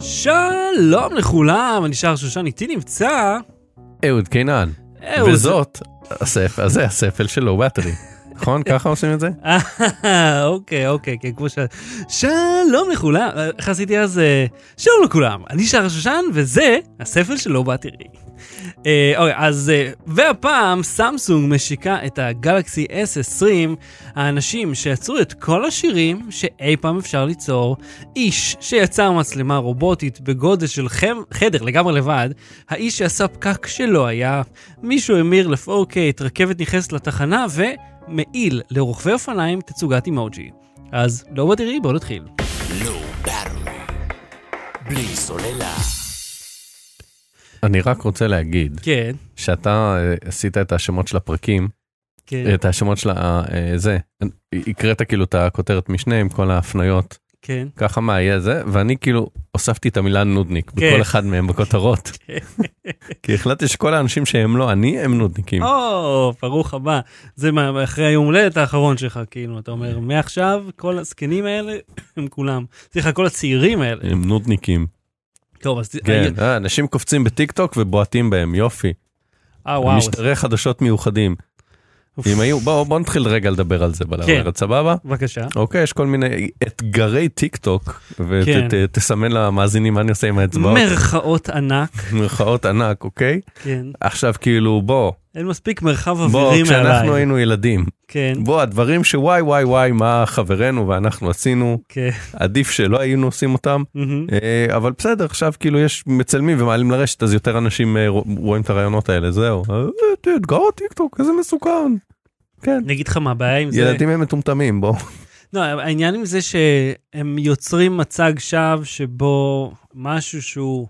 שלום לכולם, אני שר שושן, איתי נמצא אהוד קינן, וזאת הספל שלו באטרי, נכון? ככה עושים את זה? אוקיי, כמו שלום לכולם, איך עשיתי אז? שלום לכולם, אני שר שושן, וזה הספל שלו באטרי. אוקיי, אז והפעם סמסונג משיקה את הגלקסי S20, האנשים שיצרו את כל השירים שאי פעם אפשר ליצור, איש שיצר מצלמה רובוטית בגודל של חדר לגמרי לבד, האיש שעשה פקק שלא היה, מישהו המיר ל-4K את רכבת נכנסת לתחנה ומעיל לרוכבי אופניים תצוגת אימוג'י. אז לא באטרי, בואו נתחיל. לא באטרי, בלי סוללה. אני רק רוצה להגיד, כן. שאתה עשית את השמות של הפרקים, כן. את השמות של זה, הקראת כאילו את הכותרת משנה עם כל ההפניות, כן. ככה מה יהיה זה, ואני כאילו הוספתי את המילה נודניק, כן. בכל אחד מהם בכותרות, כי החלטתי שכל האנשים שהם לא אני, הם נודניקים. ברוך הבא, זה אחרי היום הולדת האחרון שלך, כאילו, אתה אומר, מעכשיו כל הסקנים האלה, הם כולם, סליחה, כל הצעירים האלה. הם נודניקים. טוב, אז... כן, אנשים קופצים בטיק טוק ובועטים בהם, יופי. וואו. משטרי חדשות מיוחדים. אם היו, בואו נתחיל רגע לדבר על זה בלעברת, סבבה? בבקשה. אוקיי, יש כל מיני אתגרי טיק טוק, ותסמן למאזינים מה אני עושה עם האצבעות. מרכאות ענק. מרכאות ענק, אוקיי? כן. עכשיו כאילו, בוא. אין מספיק מרחב אווירי מעליי. בוא, כשאנחנו היינו ילדים. כן. בוא, הדברים שוואי, מה חברנו ואנחנו עשינו, עדיף שלא היינו עושים אותם, אבל בסדר, עכשיו כאילו יש מצלמים ומעלים לרשת, אז יותר אנשים רואים את הרעיונות האלה, זהו. אתגר טיק טוק, איזה מסוכן. כן. נגיד לך מה הבעיה עם זה? ילדים הם מטומטמים, בוא. לא, העניין עם זה שהם יוצרים מצג שווא שבו משהו שהוא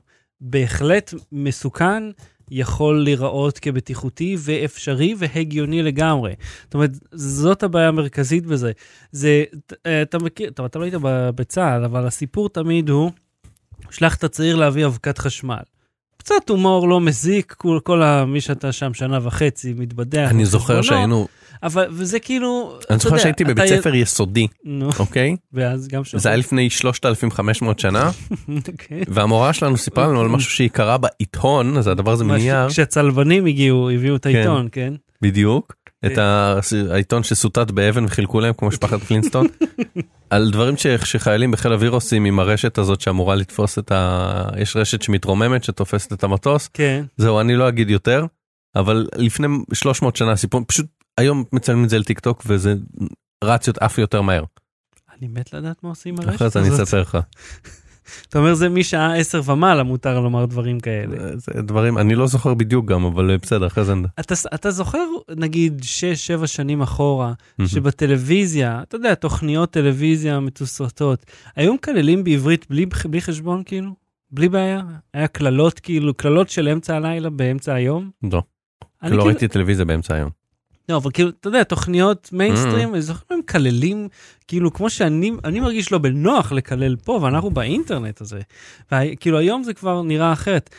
בהחלט מסוכן, יכול להיראות כבטיחותי ואפשרי והגיוני לגמרי. זאת אומרת, זאת הבעיה המרכזית בזה. זה, אתה מכיר, טוב, אתה לא היית בצה"ל, אבל הסיפור תמיד הוא, שלח את הצעיר להביא אבקת חשמל. קצת הומור לא מזיק, כל מי שאתה שם שנה וחצי מתבדח. אני זוכר שהיינו... אבל, וזה כאילו... אני זוכר שהייתי בבית ספר יסודי, אוקיי? ואז גם שם. זה היה לפני 3,500 שנה, והמורה שלנו סיפרה לנו על משהו שהיא קראה בעיתון, זה הדבר הזה מנייר. כשהצלבנים הביאו את העיתון, כן? בדיוק. את העיתון שסוטט באבן וחילקו להם כמו משפחת פלינסטון, על דברים שחיילים בחיל אוויר עושים עם הרשת הזאת שאמורה לתפוס יש רשת שמתרוממת שתופסת את המטוס. כן. זהו, אני לא אגיד יותר, אבל לפני 300 שנה סיפור, פשוט היום מצלמים את זה לטיק טוק וזה רציות אף יותר מהר. אני מת לדעת מה עושים הרשת הזאת. אחרי זה אני אספר לך. אתה אומר זה משעה 10 ומעלה מותר לומר דברים כאלה. זה דברים, אני לא זוכר בדיוק גם, אבל בסדר, אחרי זה... אתה זוכר נגיד 6-7 שנים אחורה, שבטלוויזיה, אתה יודע, תוכניות טלוויזיה מתוסרטות, היו כללים בעברית בלי חשבון כאילו? בלי בעיה? היה כללות כאילו, כללות של אמצע הלילה באמצע היום? לא. לא ראיתי טלוויזיה באמצע היום. לא, אבל כאילו, אתה יודע, תוכניות מיינסטרים, אני זוכר הם כללים, כאילו, כמו שאני מרגיש לא בנוח לקלל פה, ואנחנו באינטרנט הזה. וכאילו, היום זה כבר נראה אחרת.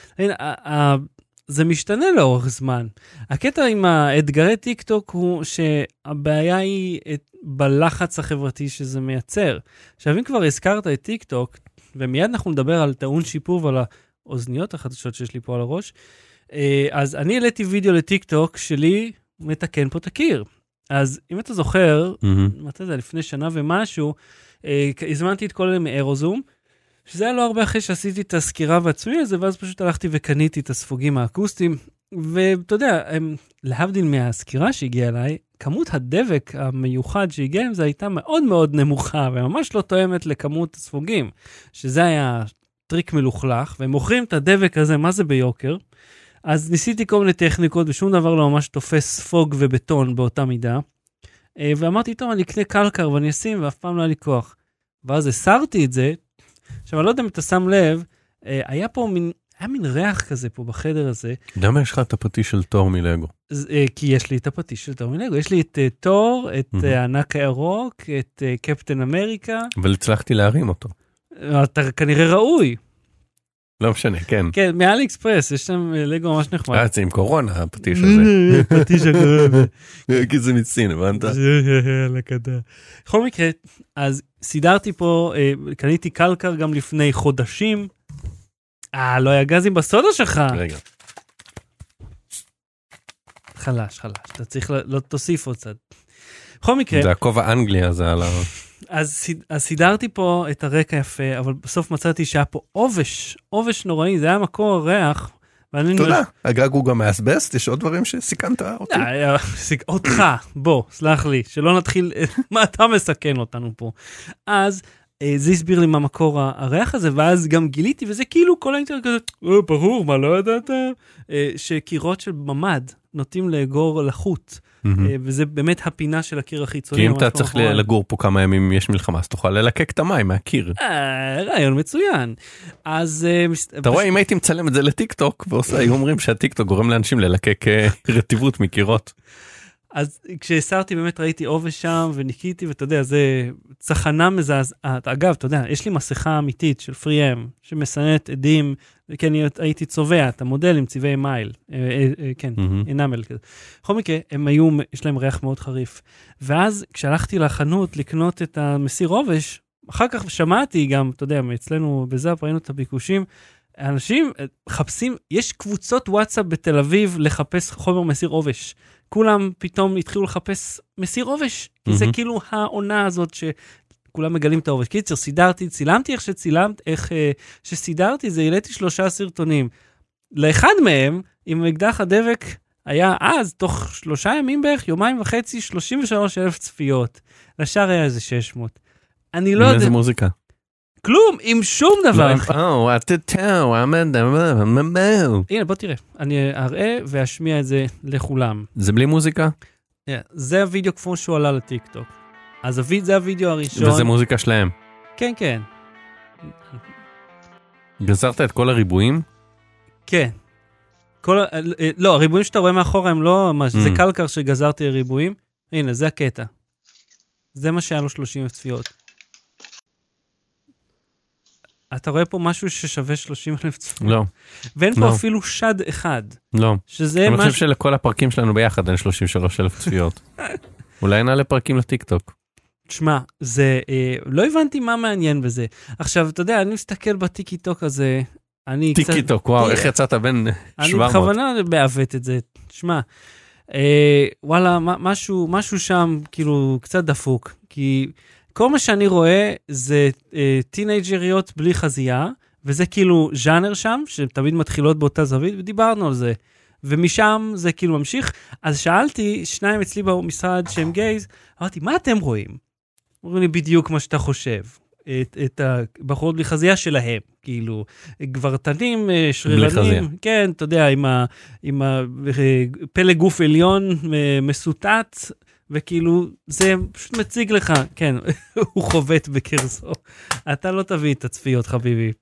זה משתנה לאורך זמן. הקטע עם האתגרי טיק טוק הוא שהבעיה היא בלחץ החברתי שזה מייצר. עכשיו, אם כבר הזכרת את טיק טוק, ומיד אנחנו נדבר על טעון שיפור ועל האוזניות החדשות שיש לי פה על הראש, אז אני העליתי וידאו לטיק טוק שלי, מתקן פה תקיר. אז אם אתה זוכר, מתי זה, לפני שנה ומשהו, הזמנתי את כל אלה מאירוזום, שזה היה לא הרבה אחרי שעשיתי את הסקירה בעצמי הזה, ואז פשוט הלכתי וקניתי את הספוגים האקוסטיים, ואתה יודע, להבדיל מהסקירה שהגיעה אליי, כמות הדבק המיוחד שהגיעה עם זה הייתה מאוד מאוד נמוכה, וממש לא תואמת לכמות הספוגים, שזה היה טריק מלוכלך, והם מוכרים את הדבק הזה, מה זה ביוקר? אז ניסיתי כל מיני טכניקות, ושום דבר לא ממש תופס ספוג ובטון באותה מידה. ואמרתי, טוב, אני אקנה קלקר ואני אשים, ואף פעם לא היה לי כוח. ואז הסרתי את זה. עכשיו, אני לא יודע אם אתה שם לב, היה מין ריח כזה פה בחדר הזה. למה יש לך את הפטיש של תור מלגו? כי יש לי את הפטיש של תור מלגו. יש לי את תור, את הענק הירוק, את קפטן אמריקה. אבל הצלחתי להרים אותו. אתה כנראה ראוי. לא משנה, כן. כן, מאלי אקספרס, יש שם לגו ממש נחמד. זה עם קורונה, הפטיש הזה. פטיש הקורונה. כי זה מסין, הבנת? לקדה. בכל מקרה, אז סידרתי פה, קניתי קלקר גם לפני חודשים, לא היה גזים בסודה שלך. רגע. חלש. אתה צריך לא תוסיף עוד קצת. בכל מקרה... זה הכובע האנגלי הזה על ה... אז סידרתי פה את הרקע יפה, אבל בסוף מצאתי שהיה פה עובש נוראי, זה היה מקור הריח. תודה, הגג הוא גם מאסבסט, יש עוד דברים שסיכנת אותי? אותך, בוא, סלח לי, שלא נתחיל, מה אתה מסכן אותנו פה. אז זה הסביר לי מה מקור הריח הזה, ואז גם גיליתי, וזה כאילו כל האינטרנט כזה, ברור, מה לא ידעת? שקירות של ממד נוטים לאגור לחוט, וזה באמת הפינה של הקיר החיצוני. כי אם אתה צריך לגור פה כמה ימים, יש מלחמה, אז תוכל ללקק את המים מהקיר. רעיון מצוין. אז... אתה רואה, אם הייתי מצלם את זה לטיקטוק, היו אומרים שהטיקטוק גורם לאנשים ללקק רטיבות מקירות. אז כשהסרתי באמת ראיתי עובש שם וניקיתי, ואתה יודע, זה צחנה מזעזעת. אגב, אתה יודע, יש לי מסכה אמיתית של 3M, שמסננת עדים, כן, הייתי צובע את המודל עם צבעי מייל, כן, אינמל כזה. בכל מקרה, יש להם ריח מאוד חריף. ואז כשהלכתי לחנות לקנות את המסיר עובש, אחר כך שמעתי גם, אתה יודע, אצלנו בזאפ ראינו את הביקושים, אנשים מחפשים, יש קבוצות וואטסאפ בתל אביב לחפש חומר מסיר עובש. כולם פתאום התחילו לחפש מסיר עובש, כי זה כאילו העונה הזאת שכולם מגלים את העובש. קיצר, צילמתי איך שסידרתי, זה העליתי 3 סרטונים. לאחד מהם, עם אקדח הדבק, היה אז, תוך 3 ימים בערך, 1.5 ימים, 33,000 צפיות. לשאר היה איזה 600. אני לא יודע... איזה מוזיקה? כלום, עם שום דבר. הנה, בוא תראה. אני אראה ואשמיע את זה לכולם. זה בלי מוזיקה? זה הוידאו כמו שהוא עלה לטיקטוק. אז זה הוידאו הראשון. וזה מוזיקה שלהם? כן, כן. גזרת את כל הריבועים? כן. לא, הריבועים שאתה רואה מאחורה הם לא ממש, זה קלקר שגזרתי ריבועים. הנה, זה הקטע. זה מה שהיה לו 30 צפיות. אתה רואה פה משהו ששווה 30,000 צפיות? לא. ואין פה אפילו שד אחד. לא. אני חושב שלכל הפרקים שלנו ביחד אין 33,000 צפיות. אולי נעלה פרקים לטיקטוק. תשמע, זה... לא הבנתי מה מעניין בזה. עכשיו, אתה יודע, אני מסתכל בטיקטוק הזה, טיקטוק, וואו, איך יצאת בין 700? אני בכוונה בעוות את זה. תשמע, וואלה, משהו שם כאילו קצת דפוק, כי... כל מה שאני רואה זה טינג'ריות בלי חזייה, וזה כאילו ז'אנר שם, שתמיד מתחילות באותה זווית, ודיברנו על זה. ומשם זה כאילו ממשיך. אז שאלתי, 2 אצלי במשרד שהם גייז, אמרתי, מה אתם רואים? אומרים לי בדיוק מה שאתה חושב. את הבחורות בלי חזייה שלהם, כאילו, גברתנים, שרירנים, כן, אתה יודע, עם פלא גוף עליון מסוטט, וכאילו, זה פשוט מציג לך, כן, הוא חובט בקרסו. אתה לא תביא את הצפיות, חביבי.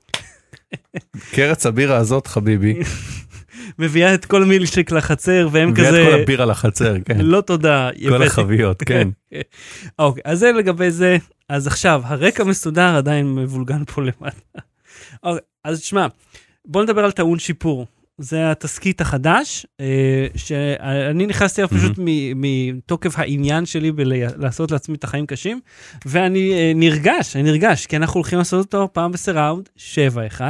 קרץ הבירה הזאת, חביבי. מביאה את כל מילשק לחצר, והם כזה... מביאה את כל הבירה לחצר, כן. לא תודה. כל החביות, כן. אוקיי, אז זה לגבי זה. אז עכשיו, הרקע מסודר עדיין מבולגן פה למטה. אוקיי, אז תשמע, בוא נדבר על טעון שיפור. זה התסקית החדש, שאני נכנסתי פשוט מתוקף העניין שלי לעשות לעצמי את החיים קשים, ואני נרגש, כי אנחנו הולכים לעשות אותו פעם בסיראונד, 7-1,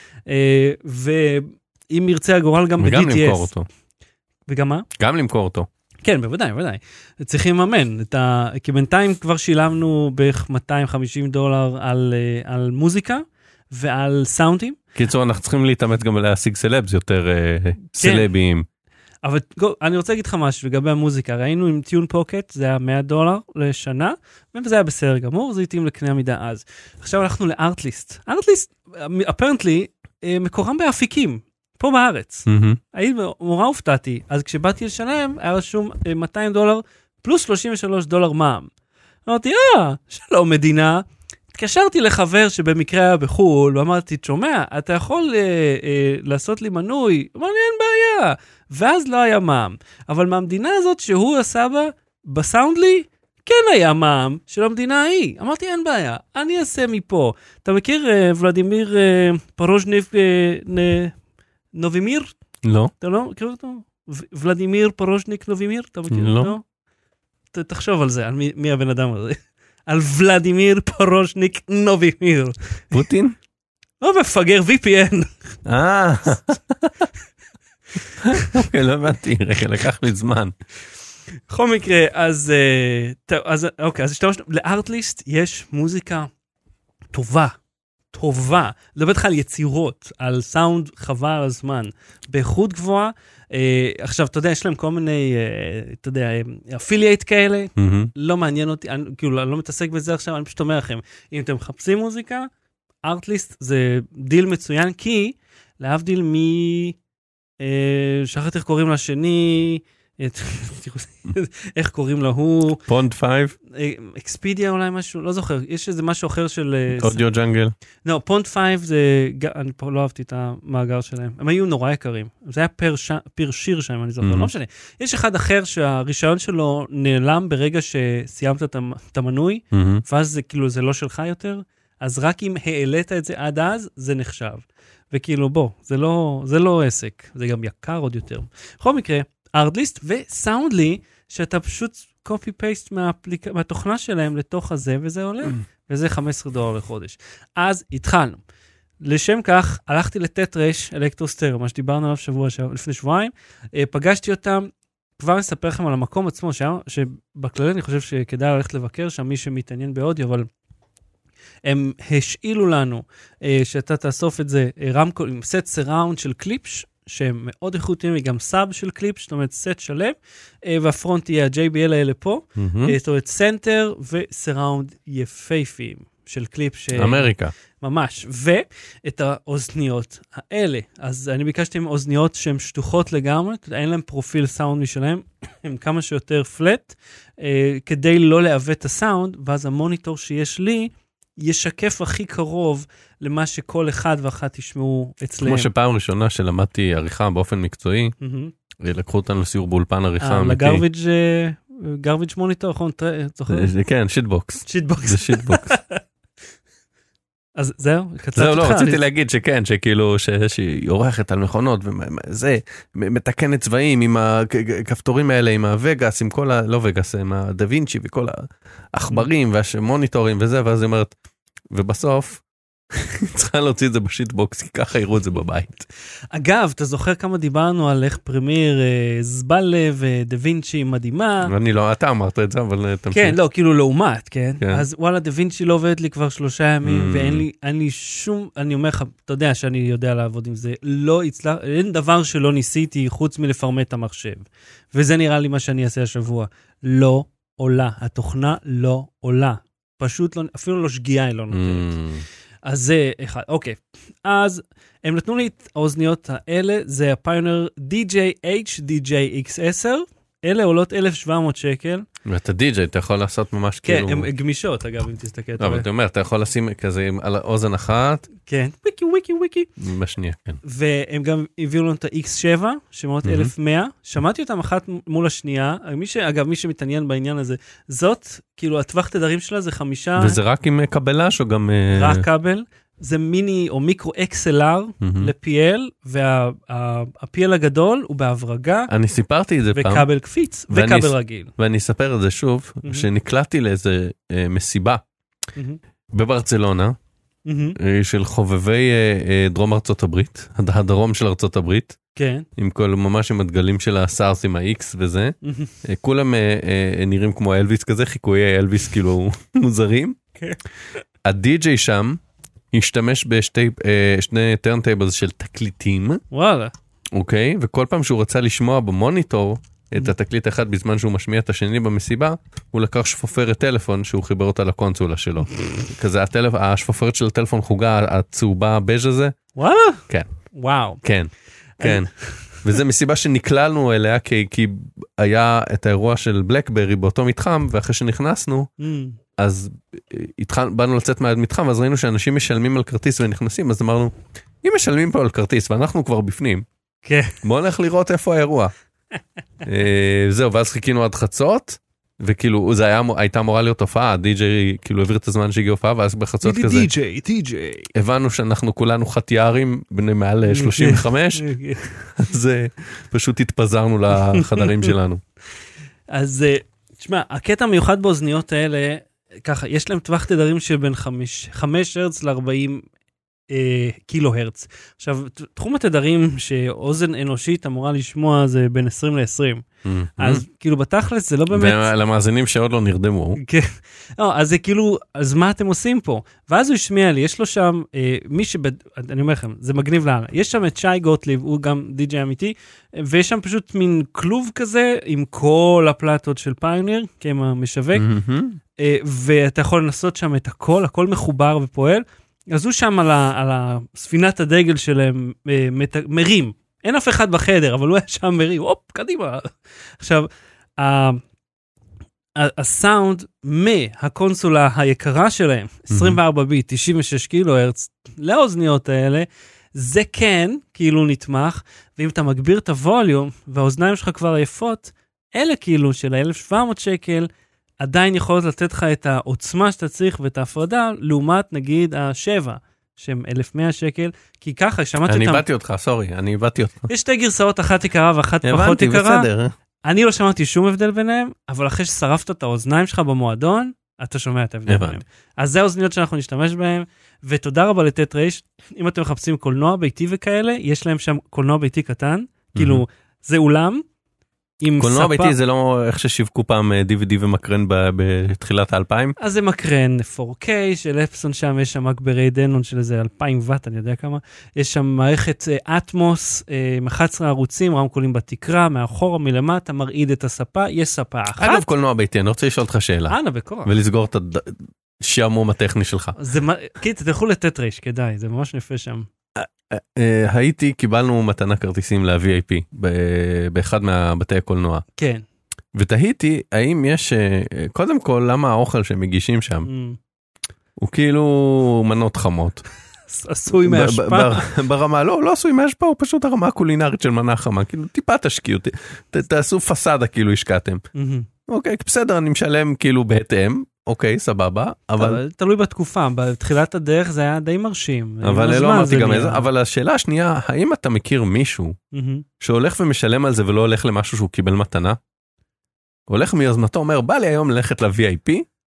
ואם ירצה הגורל גם ב-DTS. וגם למכור אותו. וגם מה? גם למכור אותו. כן, בוודאי. צריכים לממן. כי בינתיים כבר שילמנו בערך $250 על מוזיקה, ועל סאונדים. קיצור, אנחנו צריכים להתאמץ גם להשיג סלבס יותר סלביים. אבל אני רוצה להגיד לך משהו לגבי המוזיקה. ראינו עם טיון פוקט, זה היה $100 לשנה, וזה היה בסדר גמור, זה התאים לקנה המידה אז. עכשיו הלכנו לארטליסט. ארטליסט, apparently, מקורם באפיקים, פה בארץ. הייתי מורה הופתעתי, אז כשבאתי לשלם, היה רשום $200 פלוס $33 מע"מ. אמרתי, שלום מדינה, התקשרתי לחבר שבמקרה היה בחול, ואמרתי, תשומע, אתה יכול לעשות לי מנוי? אמר לי, אין בעיה. ואז לא היה מע"מ. אבל מהמדינה הזאת שהוא עשה בה, בסאונדלי, כן היה מע"מ של המדינה ההיא. אמרתי, אין בעיה, אני אעשה מפה. אתה מכיר ולדימיר פרוז'ניק נובימיר? לא. אתה לא מכיר אותו? ולדימיר פרוז'ניק נובימיר? אתה מכיר אותו? לא. תחשוב על זה, על מי הבן אדם הזה. על ולדימיר פרוז'ניק נובימיר. פוטין? מפגר VPN. אוקיי, לא הבנתי, רגע, לקח לי זמן. בכל מקרה, אז לארטליסט יש מוזיקה טובה. לדבר איתך על יצירות, על סאונד חבל על הזמן, באיכות גבוהה. עכשיו, אתה יודע, יש להם כל מיני, אתה יודע, אפילייט כאלה, לא מעניין אותי, כאילו, אני לא מתעסק בזה עכשיו, אני פשוט אומר לכם, אם אתם מחפשים מוזיקה, ארטליסט זה דיל מצוין, כי להבדיל שכחת איך קוראים לשני, איך קוררים לו הוא? פונט 5? אקספידיה אולי משהו, לא זוכר, יש איזה משהו אחר של... אודיו ג'אנגל? לא, פונט 5 זה, אני פה לא אהבתי את המאגר שלהם, הם היו נורא יקרים, זה היה פר שיר שם, אני זוכר, לא משנה. יש אחד אחר שהרישיון שלו נעלם ברגע שסיימת את המנוי, ואז זה כאילו זה לא שלך יותר, אז רק אם העלית את זה עד אז, זה נחשב. וכאילו בוא, זה לא עסק, זה גם יקר עוד יותר. בכל מקרה, ארטליסט וסאונדלי, שאתה פשוט קופי-פייסט מהתוכנה שלהם לתוך הזה, וזה עולה, וזה $15 לחודש. אז התחלנו. לשם כך, הלכתי לטטרש, אלקטרוסטר, מה שדיברנו עליו לפני שבועיים, פגשתי אותם, כבר נספר לכם על המקום עצמו, שבכללי אני חושב שכדאי ללכת לבקר שם, מי שמתעניין באודיו, אבל הם השאילו לנו שאתה תאסוף את זה רמקול עם סט סראונד של קליפש, שהם מאוד איכותיים, וגם סאב של קליפ, זאת אומרת, סט שלם, והפרונט יהיה ה-JBL האלה פה, זאת אומרת, סנטר וסראונד יפהפיים של קליפ. אמריקה. ממש, ואת האוזניות האלה. אז אני ביקשתי עם אוזניות שהן שטוחות לגמרי, אין להם פרופיל סאונד משלהם, הם כמה שיותר פלט, כדי לא לעוות את הסאונד, ואז המוניטור שיש לי, ישקף הכי קרוב למה שכל אחד ואחת ישמעו אצלם. כמו שפעם ראשונה שלמדתי עריכה באופן מקצועי, לקחו אותנו לסיור באולפן עריכה אמיתי. לגרביג' מוניטור, נכון? כן, שיטבוקס. זה שיטבוקס. אז זהו, זהו, לא, רציתי להגיד שכן, שכאילו, שהיא עורכת על מכונות, וזה, מתקנת צבעים עם הכפתורים האלה, עם הווגאס, עם כל לא ווגאס, עם הדה וינצ'י, וכל העכברים, והמוניטורים וזה, ואז היא אומרת, ובסוף, צריכה להוציא את זה בשיטבוקס, כי ככה יראו את זה בבית. אגב, אתה זוכר כמה דיברנו על איך פרמיר זבלה ודה וינצ'י מדהימה? אני לא, אתה אמרת את זה, אבל תמשיך. כן, לא, כאילו לעומת, כן? אז וואלה, דה וינצ'י לא עובד לי כבר 3 ימים, ואין לי שום, אני אומר לך, אתה יודע שאני יודע לעבוד עם זה, לא הצלח, אין דבר שלא ניסיתי חוץ מלפרמט את המחשב. וזה נראה לי מה שאני אעשה השבוע. לא עולה, התוכנה לא עולה. פשוט לא, אפילו לא שגיאה היא לא נותנת. אז זה אחד, אוקיי. אז הם נתנו לי את האוזניות האלה, זה הפיונר DJH DJX10, אלה עולות 1,700 שקל. ואתה DJ, אתה יכול לעשות ממש כאילו... כן, הן גמישות, אגב, אם תסתכל. לא, אבל אתה אומר, אתה יכול לשים כזה על האוזן אחת. כן, וויקי. בשנייה, כן. והם גם הביאו לנו את ה-X7, שמות 1100, שמעתי אותם אחת מול השנייה, אגב, מי שמתעניין בעניין הזה, זאת, כאילו, הטווח תדרים שלה זה 5... וזה רק עם קבלש או גם... רק כבל. זה מיני או מיקרו XLR ל-PL, וה-PL הגדול הוא בהברגה. אני סיפרתי את זה פעם. וכבל קפיץ, וכבל רגיל. ואני אספר את זה שוב, שנקלעתי לאיזה מסיבה בברצלונה, של חובבי דרום ארצות הברית, הדרום של ארצות הברית, כן. עם כל, ממש עם הדגלים של הסארס, עם ה-X וזה. כולם נראים כמו אלוויס כזה, חיקויי אלוויס כאילו מוזרים. הדי-ג'יי שם, השתמש בשני טרנטייבלס של תקליטים. וואלה. אוקיי, וכל פעם שהוא רצה לשמוע במוניטור את התקליט אחד בזמן שהוא משמיע את השני במסיבה, הוא לקח שפופרת טלפון שהוא חיבר אותה לקונסולה שלו. כזה השפופרת של הטלפון חוגה, הצהובה הבז' הזה. וואלה? כן. וואו. כן, כן. וזה מסיבה שנקללנו אליה, כי היה את האירוע של בלקברי באותו מתחם, ואחרי שנכנסנו, אז באנו לצאת מהמתחם, אז ראינו שאנשים משלמים על כרטיס ונכנסים, אז אמרנו, אם משלמים פה על כרטיס, ואנחנו כבר בפנים, בואו נלך לראות איפה האירוע. זהו, ואז חיכינו עד חצות, וכאילו, זה הייתה אמורה להיות הופעה, הדי-ג'יי כאילו העביר את הזמן שהגיע הופעה, ואז בחצות כזה, די-ג'יי. הבנו שאנחנו כולנו חתיארים, בני מעל 35, אז פשוט התפזרנו לחדרים שלנו. אז, תשמע, הקטע המיוחד באוזניות האלה, ככה, יש להם טווח תדרים של בין 5 הרץ ל-40 קילו הרץ. עכשיו, תחום התדרים שאוזן אנושית אמורה לשמוע זה בין 20 ל-20. אז כאילו בתכלס זה לא באמת... ולמאזינים שעוד לא נרדמו. כן. לא, אז זה כאילו, אז מה אתם עושים פה? ואז הוא השמיע לי, יש לו שם, אני אומר לכם, זה מגניב לאללה. יש שם את שי גוטליב, הוא גם די-ג'יי אמיתי, ויש שם פשוט מין כלוב כזה, עם כל הפלטות של פיוניר, כהם המשווק, ואתה יכול לנסות שם את הכל מחובר ופועל, אז הוא שם על הספינת הדגל שלהם מרים. אין אף אחד בחדר, אבל הוא היה שם מרים. הופ, קדימה. עכשיו, הסאונד מהקונסולה היקרה שלהם, 24 ביט, 96 קילו הרץ, לאוזניות האלה, זה כן, כאילו נתמך, ואם אתה מגביר את הווליום, והאוזניים שלך כבר עייפות, אלה כאילו של ה-1,700 שקל, עדיין יכולות לתת לך את העוצמה שאתה צריך ואת ההפרדה, לעומת נגיד ה7, שהם 1,100 שקל, כי ככה, שמעתי אותם... אני איבדתי אותך, סורי, אני איבדתי אותך. יש שתי גרסאות, אחת יקרה ואחת פחות יקרה. בסדר. אני לא שמעתי שום הבדל ביניהם, אבל אחרי ששרפת את האוזניים שלך במועדון, אתה שומע את ההבדל ביניהם. אז זה האוזניות שאנחנו נשתמש בהם, ותודה רבה לתת רייש, אם אתם מחפשים קולנוע ביתי וכאלה, יש להם שם קולנוע ביתי קטן, כאילו, זה אולם, קולנוע ביתי זה לא איך ששיווקו פעם DVD ומקרן בתחילת ה-2000? אז זה מקרן 4K של אפסון שם, יש שם מגברי דנון של איזה 2,000 וואט, אני יודע כמה, יש שם מערכת אטמוס, 11 ערוצים, רמקולים בתקרה, מאחורה מלמטה, מרעיד את הספה, יש ספה אחת. אגב קולנוע ביתי, אני רוצה לשאול אותך שאלה. אנא, בקורא. ולסגור את השעמום הטכני שלך. כן, תלכו לתת רייש, כדאי, זה ממש נפה שם. הייתי, קיבלנו מתנה כרטיסים ל-VIP באחד מהבתי הקולנוע. כן. ותהיתי, האם יש, קודם כל, למה האוכל שהם מגישים שם, הוא כאילו מנות חמות. עשוי מהשפעה. ברמה, לא עשוי מהשפעה, הוא פשוט הרמה הקולינרית של מנה חמה, כאילו טיפה תשקיעו, תעשו פסדה כאילו השקעתם. אוקיי, בסדר, אני משלם כאילו בהתאם. אוקיי, סבבה, אבל... תלוי בתקופה, בתחילת הדרך זה היה די מרשים. אבל לא אמרתי גם איזה, אבל השאלה השנייה, האם אתה מכיר מישהו שהולך ומשלם על זה ולא הולך למשהו שהוא קיבל מתנה? הולך מיוזמתו, אומר, בא לי היום ללכת ל-VIP,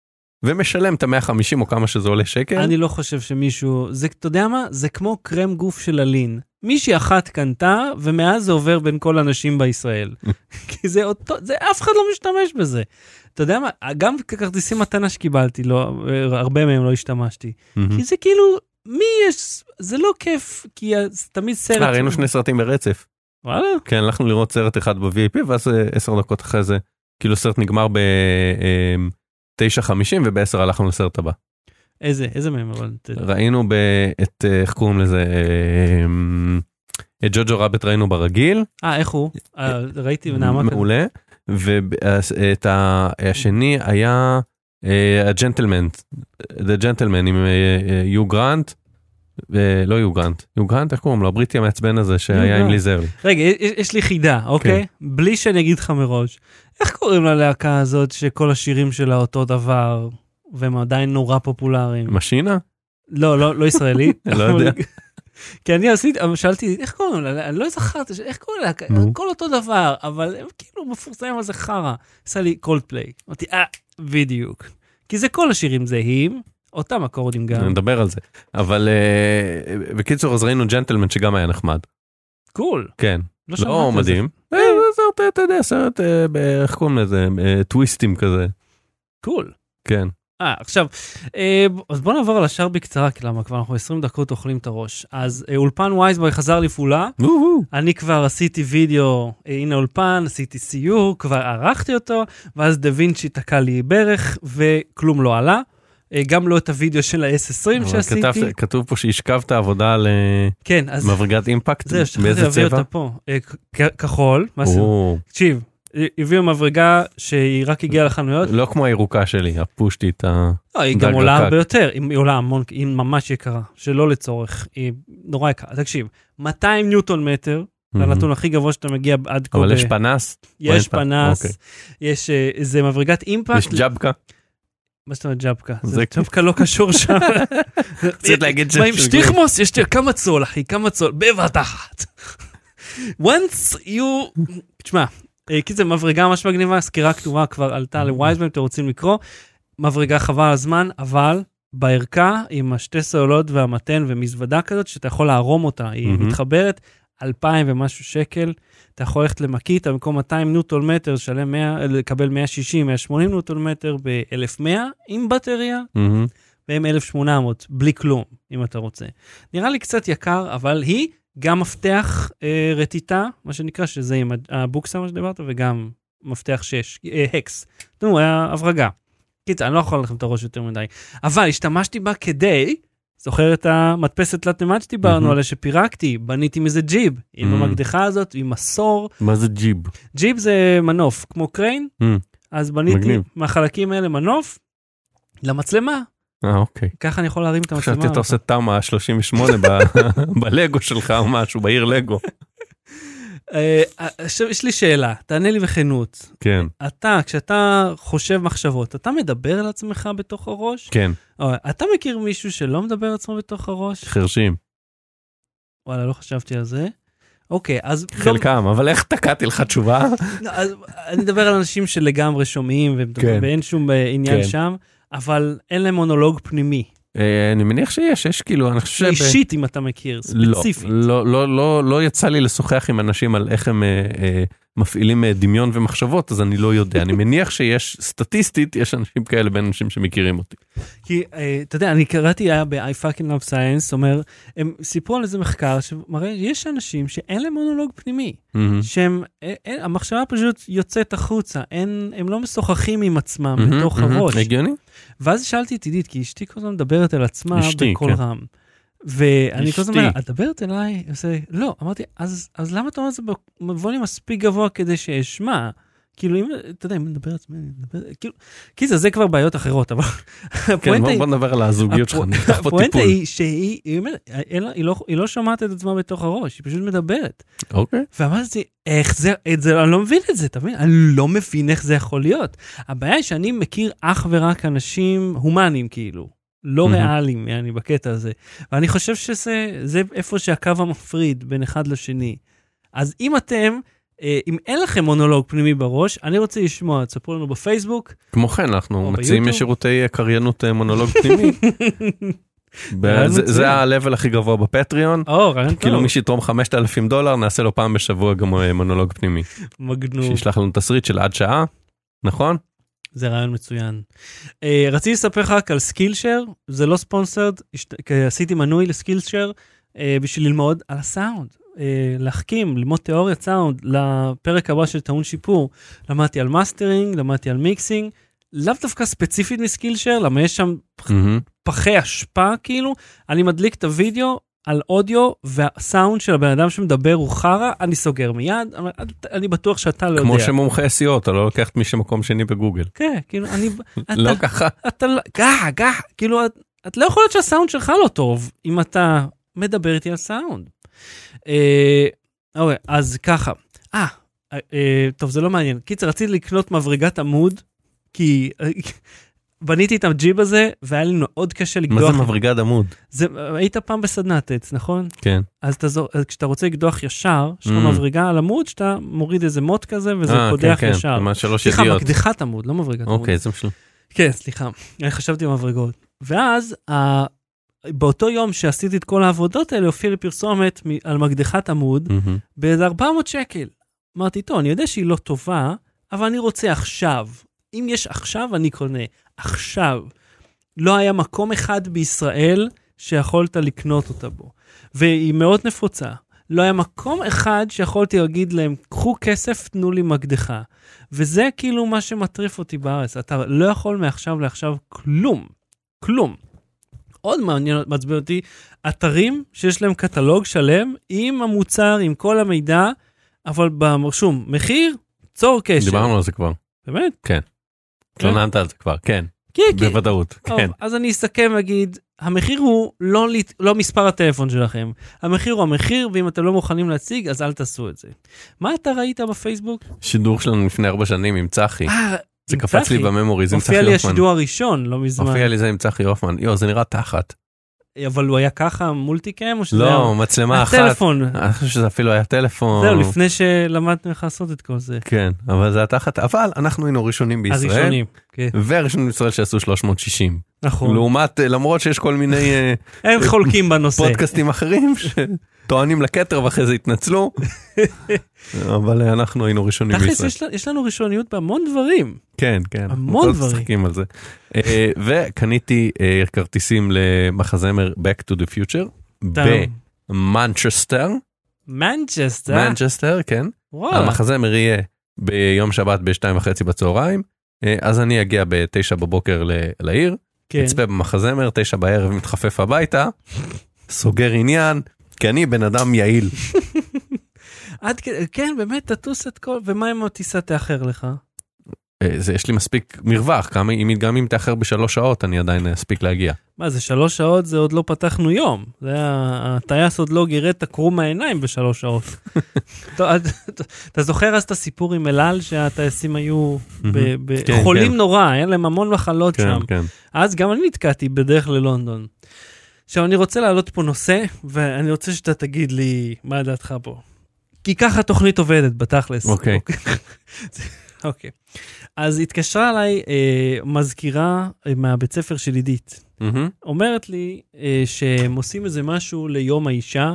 ומשלם את ה-150 או כמה שזה עולה שקל? אני לא חושב שמישהו, אתה יודע מה? זה כמו קרם גוף של אלין. מישהי אחת קנתה, ומאז זה עובר בין כל אנשים בישראל. כי זה אף אחד לא משתמש בזה. אתה יודע מה, גם ככרטיסים מתנה שקיבלתי, הרבה מהם לא השתמשתי. כי זה כאילו, זה לא כיף, כי זה תמיד סרט... ראינו 2 סרטים ברצף. וואלה? כן, הלכנו לראות סרט אחד ב-VIP, ואז 10 דקות אחרי זה, כאילו סרט נגמר ב-9:50, וב-10 הלכנו לסרט הבא. איזה מהם? ראינו איך קוראים לזה? את ג'וג'ו רביט ראינו ברגיל. איך הוא? ראיתי ונעמה כזה. מעולה. ואת השני היה הג'נטלמן, The Gentleman עם יו גרנט, לא יו גרנט, איך קוראים לו? הבריטי המעצבן הזה שהיה עם ליזר. רגע, יש לי חידה, אוקיי? בלי שאני אגיד לך מראש, איך קוראים ללהקה הזאת שכל השירים שלה אותו דבר, והם עדיין נורא פופולריים? משינה? לא ישראלי. לא יודע. כי אני שאלתי, איך קוראים לה? אני לא זכרתי, איך קוראים לה? הכל אותו דבר, אבל הם כאילו מפורסמים על זה חרה. עשה לי קולדפליי. אמרתי, בדיוק. כי זה כל השירים זהים, אותם אקורדים גם. נדבר על זה. אבל בקיצור, אז ראינו ג'נטלמן שגם היה נחמד. קול. כן. לא מדהים. זה אתה יודע, סרט, איך קוראים לזה? טוויסטים כזה. קול. כן. עכשיו, אז בוא נעבור על השאר בקצרה, כי למה כבר אנחנו 20 דקות אוכלים את הראש. אז אולפן וייזבוי חזר לפעולה, אני כבר עשיתי וידאו, הנה אולפן, עשיתי סיור, כבר ערכתי אותו, ואז דה וינצ'י תקע לי ברך, וכלום לא עלה. גם לא את הוידאו של ה-S20 שעשיתי. כתוב פה שהשכבת עבודה למברגת אימפקט, באיזה צבע? כחול, תקשיב. הביאו מברגה שהיא רק הגיעה לחנויות. לא כמו הירוקה שלי, הפושתי את הדרגה. היא גם עולה הרבה יותר, היא עולה המון, היא ממש יקרה, שלא לצורך, היא נורא יקרה. תקשיב, 200 ניוטון מטר, זה הנתון הכי גבוה שאתה מגיע עד כה. אבל יש פנס? יש פנס, יש איזה מברגת אימפקט. יש ג'אבקה? מה זאת אומרת ג'אבקה? ג'אבקה לא קשור שם. צריך להגיד מה עם שטיחמוס? יש לי כמה צול, אחי, כמה צול, בבת אחת. once you... תשמע, כי זה מברגה ממש מגניבה, סקירה כתובה כבר עלתה לווייזבוי, אתם רוצים לקרוא, מברגה חבל הזמן, אבל בערכה עם השתי סוללות והמתן ומזוודה כזאת, שאתה יכול להרום אותה, היא מתחברת 2,000 ומשהו שקל, אתה יכול ללכת למקית, במקום 200 ניוטון מטר, לקבל 160, 180 ניוטון מטר ב-1,100 עם בטריה, והם 1,800, בלי כלום, אם אתה רוצה. נראה לי קצת יקר, אבל היא גם מפתח רטיטה, מה שנקרא, שזה עם הבוקסה, מה שדיברת, וגם מפתח 6, הקס. תראו, היה הברגה. קיצה, אני לא יכול לכם את הראש יותר מדי. אבל השתמשתי בה כדי, זוכר את המדפסת תלת-ממד שדיברנו עליה, שפירקתי, בניתי מזה ג'יב, עם המקדחה הזאת, עם מסור. מה זה ג'יב? ג'יב זה מנוף, כמו קריין, אז בניתי מהחלקים האלה מנוף, למצלמה. אוקיי. ככה אני יכול להרים את המצלמה. חשבתי אתה עושה תמה 38 בלגו שלך או משהו, בעיר לגו. יש לי שאלה, תענה לי בכנות. כן. כשאתה חושב מחשבות, אתה מדבר על עצמך בתוך הראש? כן. אתה מכיר מישהו שלא מדבר על עצמו בתוך הראש? חרשים. וואלה, לא חשבתי על זה. אוקיי, אז... חלקם, אבל איך תקעתי לך תשובה? אני מדבר על אנשים שלגמרי שומעים, ואין שום עניין שם, אבל אין להם מונולוג פנימי. אני מניח יש כאילו, אני חושב... אישית אם אתה מכיר, ספציפית. לא יצא לי לשוחח עם אנשים על איך הם מפעילים דמיון ומחשבות, אז אני לא יודע. אני מניח שיש, סטטיסטית, יש אנשים כאלה בין אנשים שמכירים אותי. כי, אתה יודע, אני קראתי, היה ב-I fucking love science, אומר, הם סיפרו על איזה מחקר שמראה, יש אנשים שאין להם מונולוג פנימי, המחשבה פשוט יוצאת החוצה, הם לא משוחחים עם עצמם בתוך הראש. הגיוני? ואז שאלתי את עידית, כי אשתי כל הזמן מדברת על עצמה בכל רם. ואני כל הזמן אומר, את מדברת אליי? לא, אמרתי, אז למה אתה אומר את זה בווליום מספיק גבוה כדי שאשמע? כאילו, אם, אתה יודע, אם מדבר עצמי, כאילו, כי זה כבר בעיות אחרות, אבל... כן, בוא נדבר על הזוגיות שלך, נפתח פה טיפול. הפואנטה היא שהיא לא שומעת את עצמה בתוך הראש, היא פשוט מדברת. אוקיי. ואמרתי, איך זה, אני לא מבין את זה, אתה מבין? אני לא מבין איך זה יכול להיות. הבעיה היא שאני מכיר אך ורק אנשים הומניים, כאילו. לא ריאליים, אני בקטע הזה. ואני חושב שזה איפה שהקו המפריד בין אחד לשני. אז אם אם אין לכם מונולוג פנימי בראש, אני רוצה לשמוע, תספרו לנו בפייסבוק. כמו כן, אנחנו מציעים שירותי קריינות מונולוג פנימי. זה ה-level הכי גבוה בפטריון. כאילו מי שיתרום $5,000, נעשה לו פעם בשבוע גם מונולוג פנימי. מגנוב. שישלח לנו תסריט של עד שעה, נכון? זה רעיון מצוין. רציתי לספר לך רק על סקילשר, זה לא ספונסרד, עשיתי מנוי לסקילשר בשביל ללמוד על הסאונד. להחכים, ללמוד תיאוריית סאונד לפרק הבא של טעון שיפור. למדתי על מאסטרינג, למדתי על מיקסינג, לאו דווקא ספציפית מסקילשר, למה יש שם פחי השפעה כאילו, אני מדליק את הוידאו על אודיו, והסאונד של הבן אדם שמדבר הוא חרה, אני סוגר מיד, אני בטוח שאתה לא יודע. כמו שמומחה SEO, אתה לא לוקח את מי שמקום שני בגוגל. כן, כאילו, אני... לא ככה. ככה, כאילו, את לא יכול להיות שהסאונד שלך לא טוב, אם אתה מדבר איתי על סאונד. אוקיי, אז ככה. טוב, זה לא מעניין. קיצר, רציתי לקנות מברגת עמוד, כי בניתי את הג'יב הזה, והיה לי מאוד קשה לקדוח. מה זה מברגת עמוד? היית פעם בסדנת עץ, נכון? כן. אז כשאתה רוצה לקדוח ישר, יש לך מברגה על עמוד, שאתה מוריד איזה מוט כזה, וזה קודח ישר. כן, שלוש ידיעות. סליחה, מקדחת עמוד, לא מברגת עמוד. אוקיי, זה משל. כן, סליחה. אני חשבתי במברגות. ואז, באותו יום שעשיתי את כל העבודות האלה, הופיע לפרסומת על מקדחת עמוד, באיזה 400 שקל. אמרתי, טוב, אני יודע שהיא לא טובה, אבל אני רוצה עכשיו. אם יש עכשיו, אני קונה. עכשיו. לא היה מקום אחד בישראל שיכולת לקנות אותה בו. והיא מאוד נפוצה. לא היה מקום אחד שיכולתי להגיד להם, קחו כסף, תנו לי מקדחה. וזה כאילו מה שמטריף אותי בארץ. אתה לא יכול מעכשיו לעכשיו כלום. כלום. עוד מעניין, מצביע אותי, אתרים שיש להם קטלוג שלם, עם המוצר, עם כל המידע, אבל במרשום, מחיר, צור קשר. דיברנו על זה כבר. באמת? כן. לא נענת על זה כבר, כן. בוודאות, כן. אז אני אסכם ואגיד, המחיר הוא לא מספר הטלפון שלכם. המחיר הוא המחיר, ואם אתם לא מוכנים להציג, אז אל תעשו את זה. מה אתה ראית בפייסבוק? שידור שלנו לפני 4 שנים עם צחי. זה קפץ לי בממורי, זה עם צחי הופיע לי הופמן. השידור הראשון, לא מזמן. הופיע לי זה עם צחי הופמן. זה נראה תחת. אבל הוא היה ככה מולטיקאם, או שזה לא, מצלמה אחת. הטלפון. אני חושב שזה אפילו היה טלפון. זהו, לפני שלמדנו איך לעשות את כל זה. כן, אבל זה התחת, אבל אנחנו היינו ראשונים בישראל. הראשונים, כן. והראשונים בישראל שעשו 360. נכון. לעומת, למרות שיש כל מיני... הם חולקים בנושא. פודקאסטים אחרים שטוענים לכתר ואחרי זה התנצלו. אבל אנחנו היינו ראשונים בישראל. תכלס, יש לנו ראשוניות בהמון דברים. כן, כן. המון דברים. משחקים על זה. וקניתי כרטיסים למחזמר Back to the Future במנצ'סטר. מנצ'סטר, כן. המחזמר יהיה ביום שבת ב-2:30 בצהריים. אז אני אגיע ב-9 בבוקר לעיר. אצפה במחזמר, 9 בערב מתחפף הביתה. סוגר עניין, כי אני בן אדם יעיל. כן, באמת, תטוס את כל... ומה אם הטיסה תאחר לך? יש לי מספיק מרווח, גם אם תאחר ב3 שעות, אני עדיין אספיק להגיע. מה זה, 3 שעות זה עוד לא פתחנו יום. הטייס עוד לא גירד את הקרום העיניים ב3 שעות. אתה זוכר אז את הסיפור עם אלעל, שהטייסים היו חולים נורא, היה להם המון מחלות שם. אז גם אני נתקעתי בדרך ללונדון. עכשיו, אני רוצה להעלות פה נושא, ואני רוצה שאתה תגיד לי מה דעתך פה. כי ככה התוכנית עובדת, בתכלס. אוקיי. אוקיי. אז התקשרה עליי מזכירה מהבית ספר של עידית. אומרת לי שהם עושים איזה משהו ליום האישה,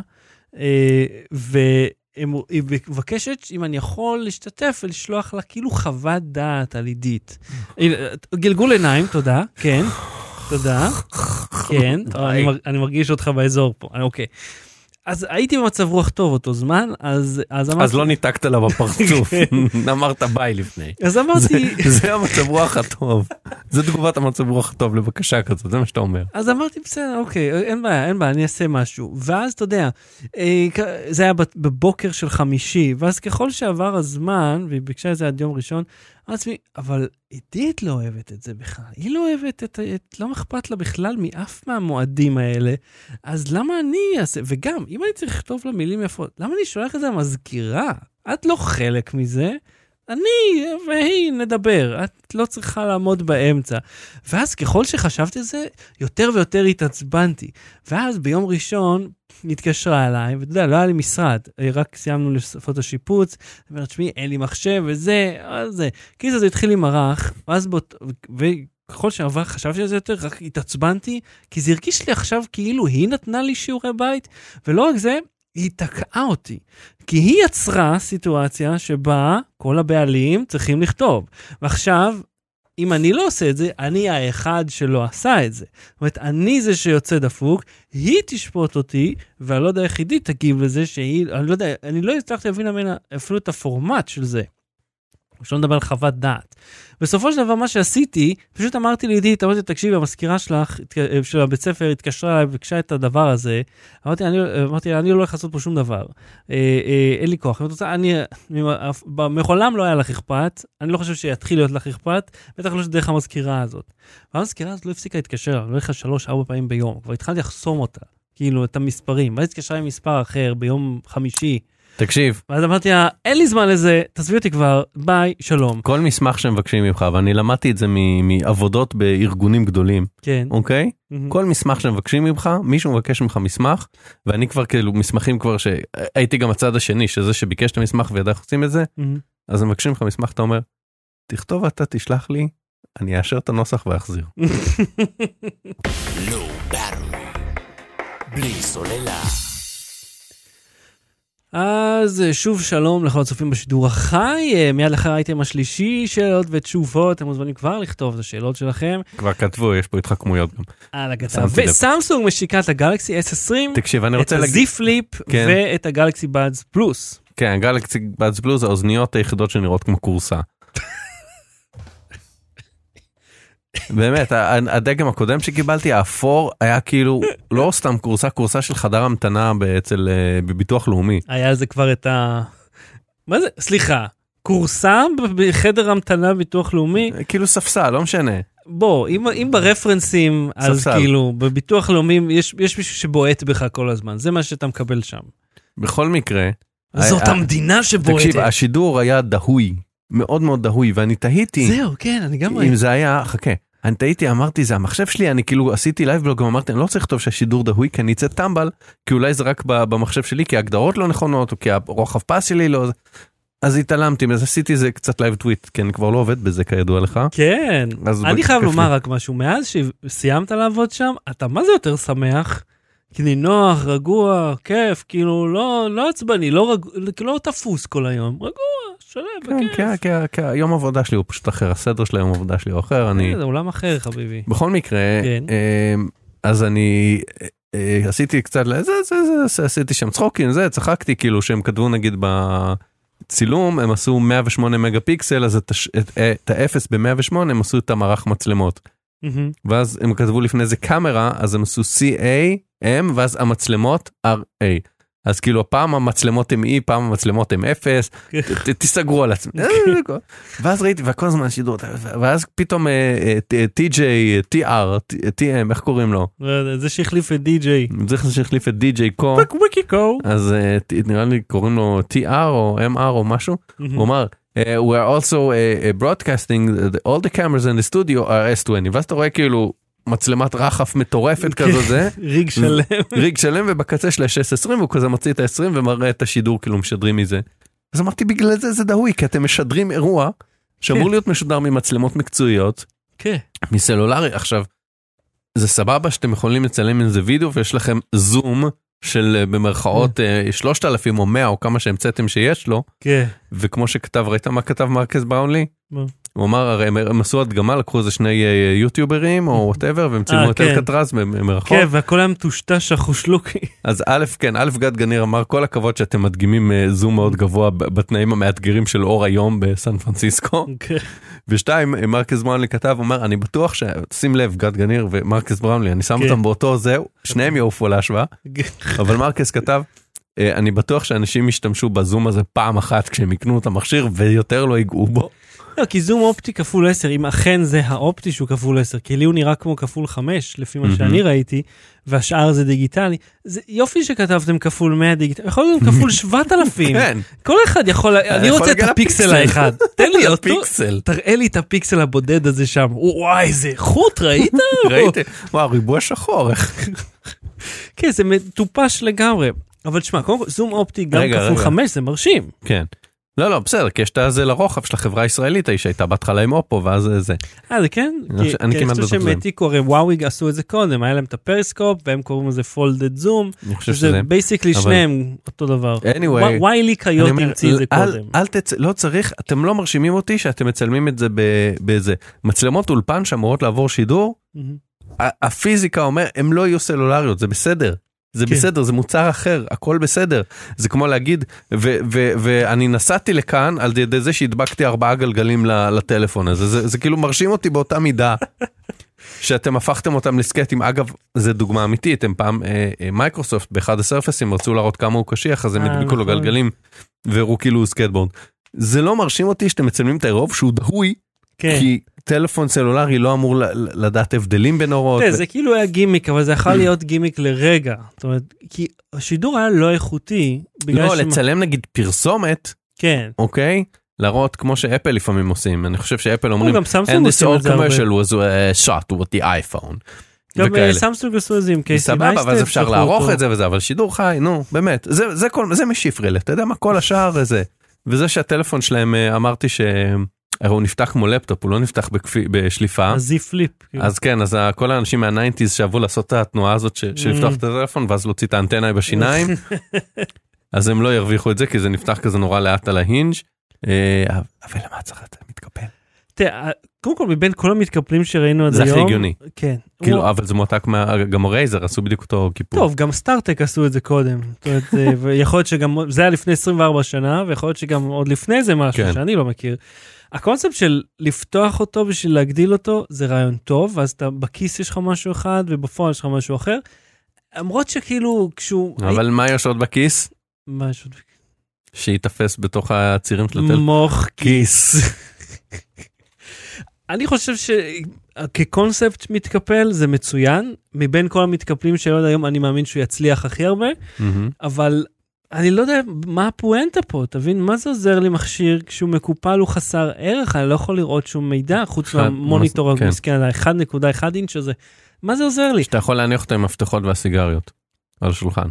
והיא מבקשת אם אני יכול להשתתף ולשלוח לה כאילו חוות דעת על עידית. גלגול עיניים, תודה, כן. תודה. כן, אני מרגיש אותך באזור פה. אוקיי. אז הייתי במצב רוח טוב אותו זמן, אז אמרתי... אז לא ניתקת לה בפרצוף, אמרת ביי לפני. אז אמרתי... זה המצב רוח הטוב. זה תגובת המצב רוח הטוב לבקשה כזאת, זה מה שאתה אומר. אז אמרתי, בסדר, אוקיי, אין בעיה, אני אעשה משהו. ואז אתה יודע, זה היה בבוקר של חמישי, ואז ככל שעבר הזמן, והיא ביקשה את זה עד יום ראשון, אמרתי, אבל עידית לא אוהבת את זה בכלל. היא לא אוהבת לא אכפת לה בכלל מאף מהמועדים האלה. אז למה אני אעשה? וגם, אם אני צריך לכתוב לה מילים יפות, למה אני שולח את זה למזכירה? את לא חלק מזה. אני והיא נדבר. את לא צריכה לעמוד באמצע. ואז ככל שחשבתי את זה, יותר ויותר התעצבנתי. ואז ביום ראשון התקשרה אליי, ואתה יודע, לא היה לי משרד, רק סיימנו לעשות השיפוץ, ואומרת, שמי, אין לי מחשב וזה, זה. כי זה התחיל עם ערך, וככל שעבר חשבתי על זה יותר, רק התעצבנתי, כי זה הרגיש לי עכשיו כאילו היא נתנה לי שיעורי בית, ולא רק זה, היא תקעה אותי. כי היא יצרה סיטואציה שבה כל הבעלים צריכים לכתוב. ועכשיו, אם אני לא עושה את זה, אני האחד שלא עשה את זה. זאת אומרת, אני זה שיוצא דפוק, היא תשפוט אותי, ואני לא יודע איך עידית תגיב לזה שהיא, אני לא הצלחתי להבין ממנה אפילו את הפורמט של זה. שלא נדבר על חוות דעת. בסופו של דבר מה שעשיתי, פשוט אמרתי לעידית, אמרתי, תקשיבי, המזכירה שלך, של הבית ספר, התקשרה אליי וביקשה את הדבר הזה, אמרתי, אני לא הולך לעשות פה שום דבר. אין לי כוח. מעולם לא היה לך אכפת, אני לא חושב שיתחיל להיות לך אכפת, בטח לא שדרך המזכירה הזאת. והמזכירה הזאת לא הפסיקה להתקשר, לא הולכה 3-4 פעמים ביום, כבר התחלתי לחסום אותה, כאילו, את המספרים. ואז התקשרה עם מספר אחר ביום חמישי, תקשיב. ואז אמרתי, אין לי זמן לזה, תעזבי אותי כבר, ביי, שלום. כל מסמך שמבקשים ממך, ואני למדתי את זה מעבודות בארגונים גדולים. כן. אוקיי? כל מסמך שמבקשים ממך, מישהו מבקש ממך מסמך, ואני כבר כאילו מסמכים כבר שהייתי גם הצד השני, שזה שביקש את המסמך וידע איך עושים את זה, אז הם מבקשים ממך מסמך, אתה אומר, תכתוב אתה, תשלח לי, אני אאשר את הנוסח ואחזיר. בלי סוללה. אז שוב שלום לכל הצופים בשידור החי, מיד לאחר האייטם השלישי, שאלות ותשובות, אתם מוזמנים כבר לכתוב את השאלות שלכם. כבר כתבו, יש פה התחכמויות גם. על הגטה. וסמסונג משיקה את הגלקסי S20, תקשיב, אני רוצה את הזי פליפ ואת הגלקסי באדס פלוס. כן, הגלקסי באדס פלוס זה האוזניות היחידות שנראות כמו קורסה. באמת, הדגם הקודם שקיבלתי, האפור, היה כאילו, לא סתם קורסה של חדר המתנה בביטוח לאומי. היה זה כבר את מה זה? סליחה, קורסה בחדר המתנה בביטוח לאומי? כאילו ספסל, לא משנה. בוא, אם ברפרנסים, אז כאילו, בביטוח לאומי, יש מישהו שבועט בך כל הזמן, זה מה שאתה מקבל שם. בכל מקרה. זאת המדינה שבועטת. תקשיב, השידור היה דהוי, מאוד מאוד דהוי, ואני תהיתי. זהו, כן, אני גם ראיתי. אם זה היה, חכה. אני טעיתי, אמרתי, זה המחשב שלי, אני כאילו עשיתי לייב בלוג, אמרתי, אני לא צריך לכתוב שהשידור דהוי, כי אני אצא טמבל, כי אולי זה רק במחשב שלי, כי ההגדרות לא נכונות, או כי הרוחב פס שלי לא... אז התעלמתי, אז עשיתי זה קצת לייב טוויט, כי אני כבר לא עובד בזה כידוע לך. כן, אני חייב לומר רק משהו, מאז שסיימת לעבוד שם, אתה מה זה יותר שמח? כי נינוח, רגוע, כיף, כאילו לא עצבני, לא תפוס כל היום, רגוע, שלם, בכיף. כן, יום עבודה שלי הוא פשוט אחר, הסדר של היום עבודה שלי הוא אחר. זה עולם אחר, חביבי. בכל מקרה, אז אני עשיתי קצת, עשיתי שם צחוקים, צחקתי, כאילו שהם כתבו נגיד בצילום, הם עשו 108 מגה פיקסל, אז את ה-0 ב-108 הם עשו את המערך מצלמות. ואז הם כתבו לפני זה קאמרה, אז הם עשו CA-M, ואז המצלמות RA. אז כאילו הפעם המצלמות הם E, פעם המצלמות הם 0, תסגרו על עצמי. ואז ראיתי, וכל הזמן שידור, ואז פתאום TJ, TR, TM, איך קוראים לו? זה שהחליף את DJ. זה שהחליף את DJ Core. אז נראה לי קוראים לו TR או MR או משהו. הוא אמר, we are also broadcasting, all the cameras in the studio are S20. ואז אתה רואה כאילו מצלמת רחף מטורפת כזו זה. ריג שלם, ובקצה של ה-620, והוא כזה מציא את ה-20 ומראה את השידור, כאילו משדרים מזה. אז אמרתי, בגלל זה דהוי, כי אתם משדרים אירוע, שאמור להיות משודר ממצלמות מקצועיות, מסלולרי. עכשיו, זה סבבה שאתם יכולים לצלם עם זה וידאו, ויש לכם זום, של במרכאות 3,000 או 100 או כמה שהמצאתם שיש לו, וכמו שכתב, ראית מה כתב מרקס בראונלי? הוא אמר, הרי הם עשו הדגמה, לקחו איזה שני יוטיוברים או whatever, והם צילמו את אלקטרז במרכאות. כן, והכל היה מטושטש החושלוקי. אז א' גד גניר אמר, כל הכבוד שאתם מדגימים זום מאוד גבוה בתנאים המאתגרים של אור היום בסן פרנסיסקו. ושתיים, מרקס בראונלי כתב, אומר, אני בטוח שים לב, גד גניר ומרקס בראונלי, אני שם אותם באותו זהו, שניהם יעופו להשוואה, אבל מרקס כתב, אני בטוח שאנשים ישתמשו בזום הזה פעם אחת כשהם יקנו את המכשיר ויותר לא ייגעו בו. לא, כי זום אופטי כפול 10, אם אכן זה האופטי שהוא כפול 10, כי לי הוא נראה כמו כפול 5, לפי מה שאני ראיתי, והשאר זה דיגיטלי. זה יופי שכתבתם כפול 100 דיגיטלי, יכול להיות כפול 7,000. כל אחד יכול, אני רוצה את הפיקסל האחד. תן לי אותו, תראה לי את הפיקסל הבודד הזה שם. וואי, זה חוט, ראית? ראיתי, וואו, ריבוע שחור. כן, זה מטופש לגמרי. אבל תשמע, זום אופטי גם כפול 5, זה מרשים. כן. לא, בסדר, כי יש את זה לרוחב של החברה הישראלית, שהייתה בהתחלה עם אופו, ואז זה. זה כן? כי אני חושב שהם העתיקו, הרי וואוי עשו את זה קודם, היה להם את הפריסקופ, והם קוראים לזה פולדד זום, שזה בייסיקלי שניהם אותו דבר. וואילי קיוט המציא את זה קודם. לא צריך, אתם לא מרשימים אותי שאתם מצלמים את זה באיזה מצלמות אולפן שאמורות לעבור שידור, הפיזיקה אומר, הם לא יהיו סלולריות, זה בסדר. זה בסדר, זה מוצר אחר, הכל בסדר. זה כמו להגיד, ואני נסעתי לכאן על ידי זה שהדבקתי 4 גלגלים לטלפון הזה. זה כאילו מרשים אותי באותה מידה, שאתם הפכתם אותם לסקטים. אגב, זה דוגמה אמיתית, הם פעם, מייקרוסופט באחד הסרפסים רצו להראות כמה הוא קשיח, אז הם הדביקו לו גלגלים, והראו כאילו סקטבורד. זה לא מרשים אותי שאתם מצלמים את האירוב שהוא דהוי, כי טלפון סלולרי לא אמור לדעת הבדלים בין אורות. זה כאילו היה גימיק, אבל זה יכול להיות גימיק לרגע. זאת אומרת, כי השידור היה לא איכותי. לא, לצלם נגיד פרסומת, אוקיי? להראות כמו שאפל לפעמים עושים. אני חושב שאפל אומרים, and this old commercial was shot with the iPhone. גם סמסונג עשו את זה עם קייסי סבבה, אבל אפשר לערוך את זה וזה, אבל שידור חי, נו, באמת. זה משיפרלה, אתה יודע מה? כל השאר זה. וזה שהטלפון שלהם, אמרתי הוא נפתח כמו לפטופ, הוא לא נפתח בשליפה. אז זי פליפ. אז כן, אז כל האנשים מה-90s שאהבו לעשות את התנועה הזאת של לפתוח את הטלפון, ואז להוציא את האנטנה בשיניים, אז הם לא ירוויחו את זה, כי זה נפתח כזה נורא לאט על ההינג'. אבל למה צריך את זה מתקפל? תראה, קודם כל, מבין כל המתקפלים שראינו עד היום. זה הכי הגיוני. כן. כאילו, אבל זה מועתק גם רייזר, עשו בדיוק אותו כיפור. טוב, גם סטארטק עשו את זה קודם. זאת אומרת, ויכול להיות שגם, זה היה לפני 24 שנה, ויכול להיות שגם עוד לפני זה משהו שאני לא מכיר. הקונספט של לפתוח אותו בשביל להגדיל אותו, זה רעיון טוב, ואז אתה בכיס יש לך משהו אחד, ובפועל יש לך משהו אחר. למרות שכאילו, כשהוא... אבל מה יש עוד בכיס? מה יש עוד בכיס? שיתפס בתוך הצירים של הטלפון. מוח כיס. אני חושב שכקונספט מתקפל זה מצוין, מבין כל המתקפלים של עוד היום אני מאמין שהוא יצליח הכי הרבה, אבל אני לא יודע מה הפואנטה פה, תבין, מה זה עוזר לי מכשיר כשהוא מקופל הוא חסר ערך, אני לא יכול לראות שום מידע, חוץ מהמוניטור המסכן, ה-1.1 אינץ' הזה, מה זה עוזר לי? שאתה יכול להניח אותו עם מפתחות והסיגריות על השולחן.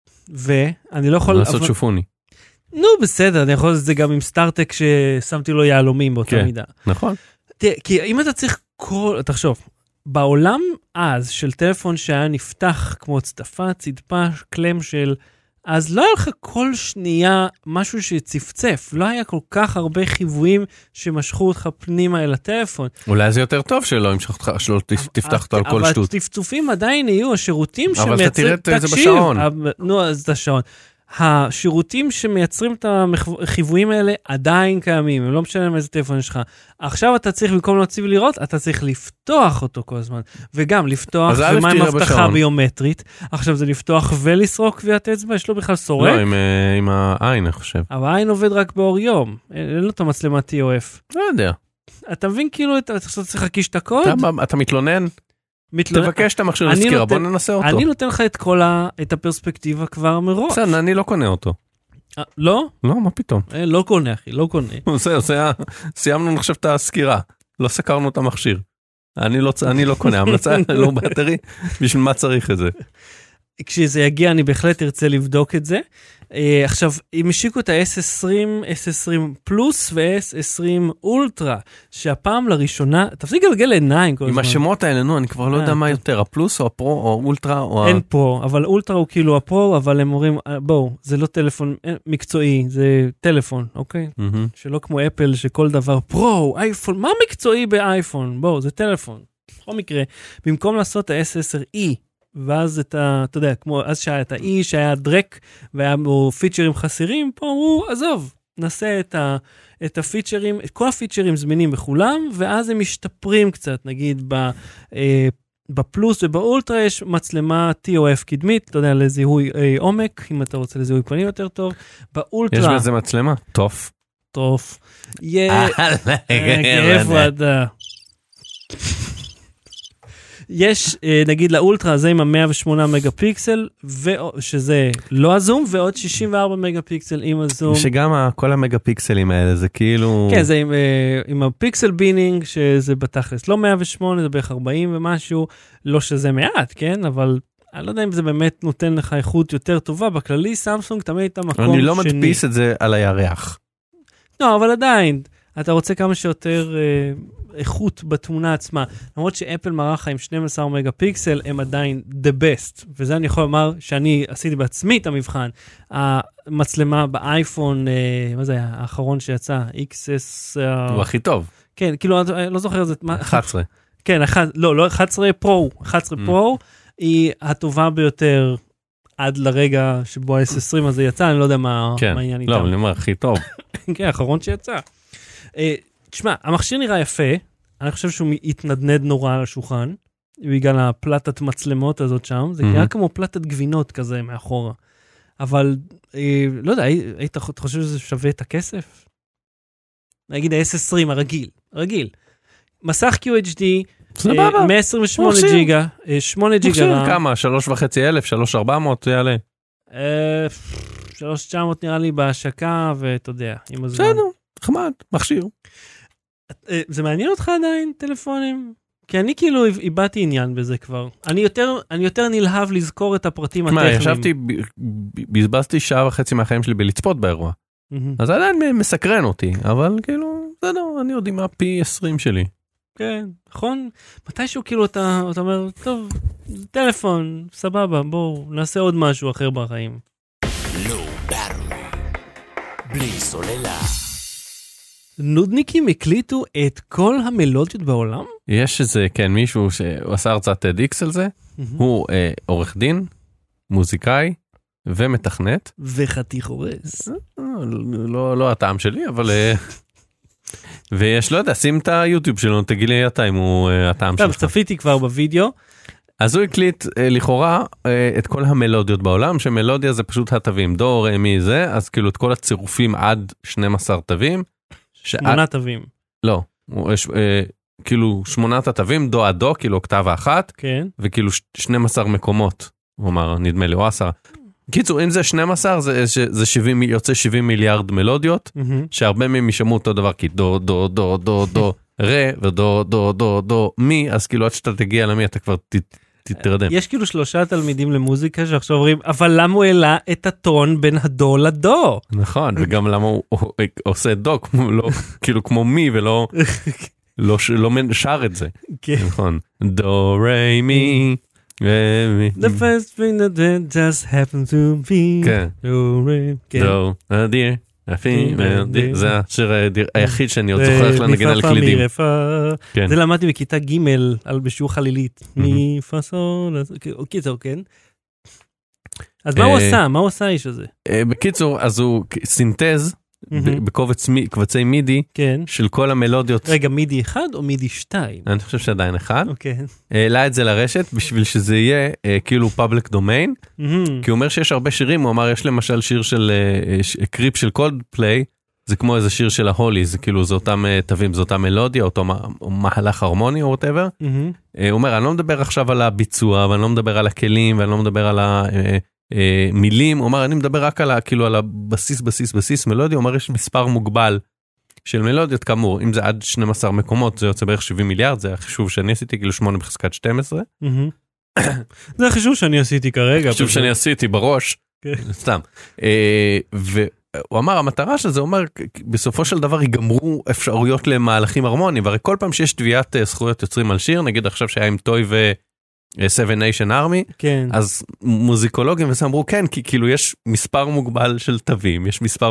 ואני לא יכול... לעשות שופוני. נו, בסדר, אני יכול לעשות את זה גם עם סטארטק ששמתי לו יעלומים באותה מידה. נכון. כי אם אתה צריך תחשוב, בעולם אז של טלפון שהיה נפתח כמו צדפה, צדפה, קלם של... אז לא היה לך כל שנייה משהו שצפצף, לא היה כל כך הרבה חיוויים שמשכו אותך פנימה אל הטלפון. אולי זה יותר טוב שלא תפתח אותו על כל שטות. אבל טפצופים עדיין יהיו, השירותים שמייצרים... אבל אתה תראה את זה בשעון. נו, אז את השעון. השירותים שמייצרים את החיוויים האלה עדיין קיימים, הם לא משנה איזה טלפון יש לך. עכשיו אתה צריך, במקום להציב לראות, אתה צריך לפתוח אותו כל הזמן. וגם לפתוח, ומה עם הבטחה ביומטרית. עכשיו זה לפתוח ולסרוק קביעת אצבע, יש לו בכלל סורק. לא, עם העין, אני חושב. אבל העין עובד רק באור יום. אין לו את המצלמת TOF. לא יודע. אתה מבין כאילו, אתה צריך להקיש את הקוד? אתה מתלונן? תבקש את המכשיר לסקירה, בוא ננסה אותו. אני נותן לך את הפרספקטיבה כבר מראש. בסדר, אני לא קונה אותו. לא? לא, מה פתאום? לא קונה, אחי, לא קונה. סיימנו נחשב את הסקירה, לא סקרנו את המכשיר. אני לא קונה, המלצה לא בטרי, בשביל מה צריך את זה? כשזה יגיע אני בהחלט ארצה לבדוק את זה. עכשיו, הם השיקו את ה-S20, S20 פלוס ו-S20 אולטרה, שהפעם לראשונה, תפסיק לגלגל עיניים כל הזמן. עם השמות האלה, נו, אני כבר לא יודע מה יותר, הפלוס או הפרו או אולטרה או... אין פרו, אבל אולטרה הוא כאילו הפרו, אבל הם אומרים, בואו, זה לא טלפון מקצועי, זה טלפון, אוקיי? שלא כמו אפל, שכל דבר פרו, אייפון, מה מקצועי באייפון? בואו, זה טלפון. בכל מקרה, במקום לעשות ה-S10e, ואז אתה יודע, כמו אז שהיה את ה-E, שהיה דרק, והיה בו פיצ'רים חסרים, פה הוא, עזוב, נעשה את הפיצ'רים, את כל הפיצ'רים זמינים בכולם, ואז הם משתפרים קצת, נגיד בפלוס ובאולטרה יש מצלמה TOF קדמית, אתה יודע, לזיהוי עומק, אם אתה רוצה לזיהוי פנים יותר טוב, באולטרה... יש בזה מצלמה? טוב. טוב. איפה אתה? יש, נגיד לאולטרה, זה עם ה-108 מגה פיקסל, שזה לא הזום, ועוד 64 מגה פיקסל עם הזום. שגם כל המגה פיקסלים האלה, זה כאילו... כן, זה עם הפיקסל בינינג, שזה בתכלס לא 108, זה בערך 40 ומשהו, לא שזה מעט, כן? אבל אני לא יודע אם זה באמת נותן לך איכות יותר טובה, בכללי סמסונג תמיד את המקום שני. אני לא מדפיס את זה על הירח. לא, אבל עדיין, אתה רוצה כמה שיותר... איכות בתמונה עצמה, למרות שאפל מראה עם 12 מגה פיקסל, הם עדיין the best, וזה אני יכול לומר שאני עשיתי בעצמי את המבחן, המצלמה באייפון, מה זה היה? האחרון שיצא, XS... הוא הכי טוב. כן, כאילו, לא זוכר את זה. 11. כן, לא, 11 פרו, 11 פרו, היא הטובה ביותר עד לרגע שבו ה-S20 הזה יצא, אני לא יודע מה העניין איתם. לא, אבל אני אומר, הכי טוב. כן, האחרון שיצא. תשמע, המכשיר נראה יפה, אני חושב שהוא התנדנד נורא על השולחן, בגלל הפלטת מצלמות הזאת שם, זה נראה כמו פלטת גבינות כזה מאחורה. אבל, לא יודע, היית חושב שזה שווה את הכסף? נגיד ה-S20 הרגיל. מסך QHD, 128 ג'יגה, 8 ג'יגה. מכשיר כמה? 3,500, 3,400 יעלה? 3,900 נראה לי בהשקה, ואתה יודע, עם הזמן. בסדר, חמד, מכשיר. זה מעניין אותך עדיין, טלפונים? כי אני כאילו איבדתי עניין בזה כבר. אני יותר נלהב לזכור את הפרטים הטכניים. ישבתי, בזבזתי שעה וחצי מהחיים שלי בלצפות באירוע. אז עדיין מסקרן אותי, אבל כאילו, בסדר, אני יודע מה פי 20 שלי. כן, נכון? מתישהו כאילו אתה אומר, טוב, טלפון, סבבה, בואו, נעשה עוד משהו אחר בחיים. בלי סוללה. נודניקים הקליטו את כל המלודיות בעולם? יש איזה, כן, מישהו שהוא עשה הרצאת TEDx על זה, הוא עורך דין, מוזיקאי ומתכנת. וחתיך הורס. לא הטעם שלי, אבל... ויש, לא יודע, שים את היוטיוב שלנו, תגיד לי אתה אם הוא הטעם שלך. טוב, צפיתי כבר בווידאו. אז הוא הקליט לכאורה את כל המלודיות בעולם, שמלודיה זה פשוט התווים, דו, רה, מי זה, אז כאילו את כל הצירופים עד 12 תווים. 8 תווים. לא, כאילו 8 התווים, דו עד דו, כאילו כתב האחת, כן. וכאילו 12 מקומות, הוא אמר, נדמה לי, או 10. קיצור, אם זה 12, זה 70, יוצא 70 מיליארד מלודיות, שהרבה מהם ישמעו אותו דבר, כי דו, דו, דו, דו, דו, רה, ודו, דו, דו, דו, מי, אז כאילו עד שאתה תגיע למי, אתה כבר תתרדם. יש כאילו 3 תלמידים למוזיקה שעכשיו אומרים, אבל למה הוא העלה את הטון בין הדו לדו? נכון, וגם למה הוא עושה דו, כאילו כמו מי, ולא לא שר את זה. נכון. דו, רי, מי. The first thing that just happened to me. דו, רי. דו, אדיר. זה השיר היחיד שאני עוד זוכר איך לנגן על קלידים. זה למדתי בכיתה ג' על בשיעור חלילית. מפסול, קיצור, כן. אז מה הוא עשה? מה הוא עשה האיש הזה? בקיצור, אז הוא סינתז בקובצי מידי של כל המלודיות. רגע, מידי 1 או מידי 2? אני חושב שעדיין 1. העלה את זה לרשת בשביל שזה יהיה כאילו פאבליק דומיין, כי הוא אומר שיש הרבה שירים, הוא אמר יש למשל שיר של קריפ של קולדפליי, זה כמו איזה שיר של ההולי, זה כאילו זה אותם תווים, זה אותה מלודיה, אותו מהלך הרמוני או whatever. הוא אומר, אני לא מדבר עכשיו על הביצוע, ואני לא מדבר על הכלים, ואני לא מדבר על מילים, הוא אומר, אני מדבר רק על, כאילו, על הבסיס מלודיה, הוא אומר, יש מספר מוגבל של מלודיות, כאמור, אם זה עד 12 מקומות, זה יוצא בערך 70 מיליארד, זה החישוב שאני עשיתי, כאילו 8 בחזקת 12. זה החישוב שאני עשיתי כרגע. החישוב שאני עשיתי בראש, סתם. והוא אמר, המטרה של זה, הוא אומר, בסופו של דבר ייגמרו אפשרויות למהלכים הרמוניים, והרי כל פעם שיש תביעת זכויות יוצרים על שיר, נגיד עכשיו שהיה עם טוי Seven Nation Army, אז מוזיקולוגים אמרו כן, כי כאילו יש מספר מוגבל של תווים, יש מספר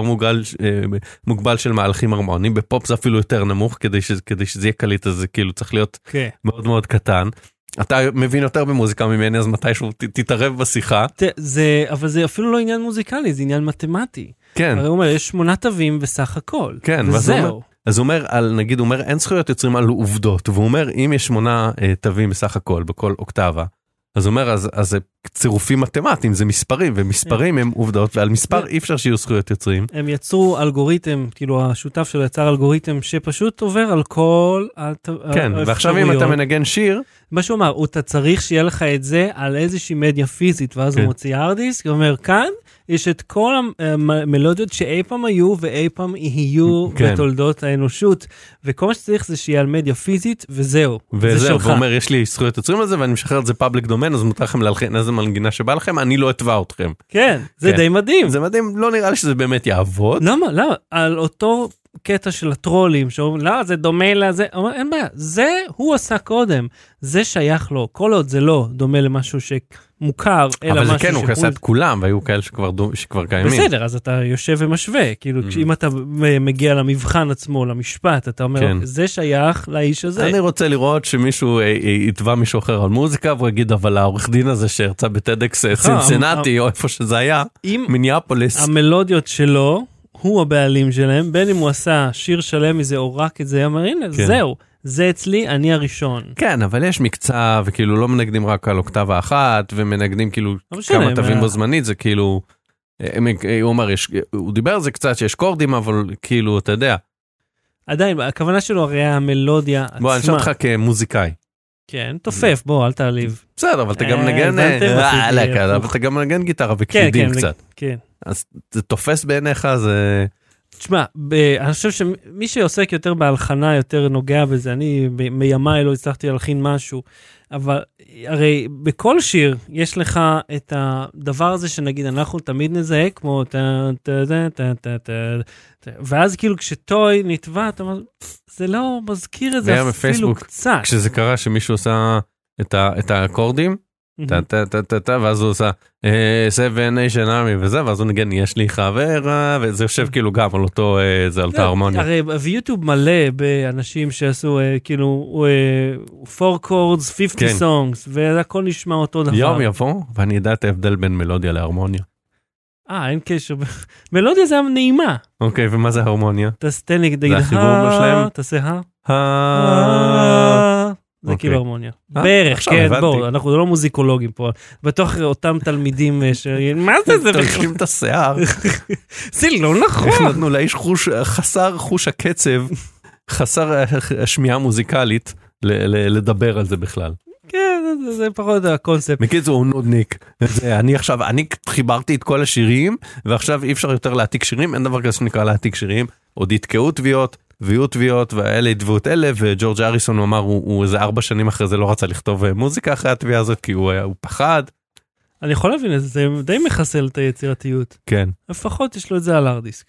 מוגבל של מהלכים הרמוניים, בפופ זה אפילו יותר נמוך, כדי שזה יהיה קליט, אז זה כאילו צריך להיות מאוד מאוד קטן. אתה מבין יותר במוזיקה ממני, אז מתישהו תתערב בשיחה. אבל זה אפילו לא עניין מוזיקלי, זה עניין מתמטי. כן. הרי הוא אומר, יש 8 תווים בסך הכל. כן, וזהו. אז הוא אומר, נגיד, הוא אומר, אין זכויות יוצרים על עובדות, והוא אומר, אם יש 8 תווים בסך הכל, בכל אוקטבה, אז הוא אומר, אז זה צירופים מתמטיים, זה מספרים, ומספרים הם עובדות, ועל מספר אי אפשר שיהיו זכויות יוצרים. הם יצרו אלגוריתם, כאילו השותף שלו יצר אלגוריתם, שפשוט עובר על כל כן, ועכשיו אם אתה מנגן שיר, מה שהוא אמר, אתה צריך שיהיה לך את זה על איזושהי מדיה פיזית, ואז הוא מוציא ארדיסק, הוא אומר, כאן יש את כל המלודיות שאי פעם היו ואי פעם יהיו בתולדות האנושות, וכל מה שצריך זה שיהיה על מדיה פיזית, וזהו, זה שלך. והוא אומר, יש לי זכויות יוצרים על זה, ואני משחרר את זה פאבליק דומיין, אז מותר לכם להלחין איזה מנגינה שבא לכם, אני לא אתבע אתכם. כן, זה די מדהים. זה מדהים, לא נראה לי שזה באמת יעבוד. למה? על אותו קטע של הטרולים, שאומרים, לא, זה דומה לזה, אין בעיה, זה הוא עשה קודם, זה שייך לו, כל עוד זה לא דומה למשהו שמוכר, אלא משהו אבל זה כן, הוא עשה את כולם, והיו כאלה שכבר קיימים. בסדר, אז אתה יושב ומשווה, כאילו, אם אתה מגיע למבחן עצמו, למשפט, אתה אומר, זה שייך לאיש הזה. אני רוצה לראות שמישהו יתבע מישהו אחר על מוזיקה, והוא יגיד, אבל העורך דין הזה שהרצה בטדקס צינסינטי, או איפה שזה היה, מיניאפוליס. המלודיות שלו, הוא הבעלים שלהם, בין אם הוא עשה שיר שלם מזה או רק את זה, אמר, הנה, זהו, זה אצלי, אני הראשון. כן, אבל יש מקצע, וכאילו לא מנגדים רק על אוקטבה אחת, ומנגדים כאילו כמה תווים בו זמנית, זה כאילו, הוא אומר, הוא דיבר על זה קצת שיש קורדים, אבל כאילו, אתה יודע. עדיין, הכוונה שלו הרי המלודיה עצמה. בוא, אני שואל אותך כמוזיקאי. כן, תופף, בוא, אל תעליב. בסדר, אבל אתה גם נגן, אבל אתה גם מנגן גיטרה וקלידים קצת. כן. אז זה תופס בעיניך, זה... תשמע, אני חושב שמי שעוסק יותר בהלחנה, יותר נוגע בזה, אני מימיי לא הצלחתי להלחין משהו, אבל הרי בכל שיר יש לך את הדבר הזה שנגיד, אנחנו תמיד נזהה כמו ואז כאילו כשטוי נתבע, זה לא מזכיר את זה אפילו קצת. כשזה קרה שמישהו עושה את האקורדים, ואז הוא עושה Seven Nation Army וזה, ואז הוא נגן יש לי חבר, וזה יושב כאילו גם על אותו, זה על ההרמוניה. הרי ביוטיוב מלא באנשים שעשו כאילו 4 chords, 50 songs, והכל נשמע אותו דבר. יום יבוא, ואני יודע את ההבדל בין מלודיה להרמוניה. אין קשר. מלודיה זה נעימה. אוקיי, ומה זה הרמוניה? תן לי, זה החיבור שלהם? תעשה זה כאילו הרמוניה. בערך, כן, בואו, אנחנו לא מוזיקולוגים פה. בתוך אותם תלמידים מה זה זה? תלכים את השיער. זה לא נכון. איך נתנו לאיש חסר חוש הקצב, חסר השמיעה מוזיקלית, לדבר על זה בכלל. כן, זה פחות הקונספט. בקיצור, הוא נודניק. אני חיברתי את כל השירים, ועכשיו אי אפשר יותר להעתיק שירים, אין דבר כזה שנקרא להעתיק שירים, עוד יתקעו תביעות, ויהיו תביעות, ואלה יתבעו את אלה, וג'ורג' אריסון הוא אמר, הוא איזה 4 שנים אחרי זה לא רצה לכתוב מוזיקה אחרי התביעה הזאת, כי הוא פחד. אני יכול להבין את זה, זה די מחסל את היצירתיות. כן. לפחות יש לו את זה על הארדיסק.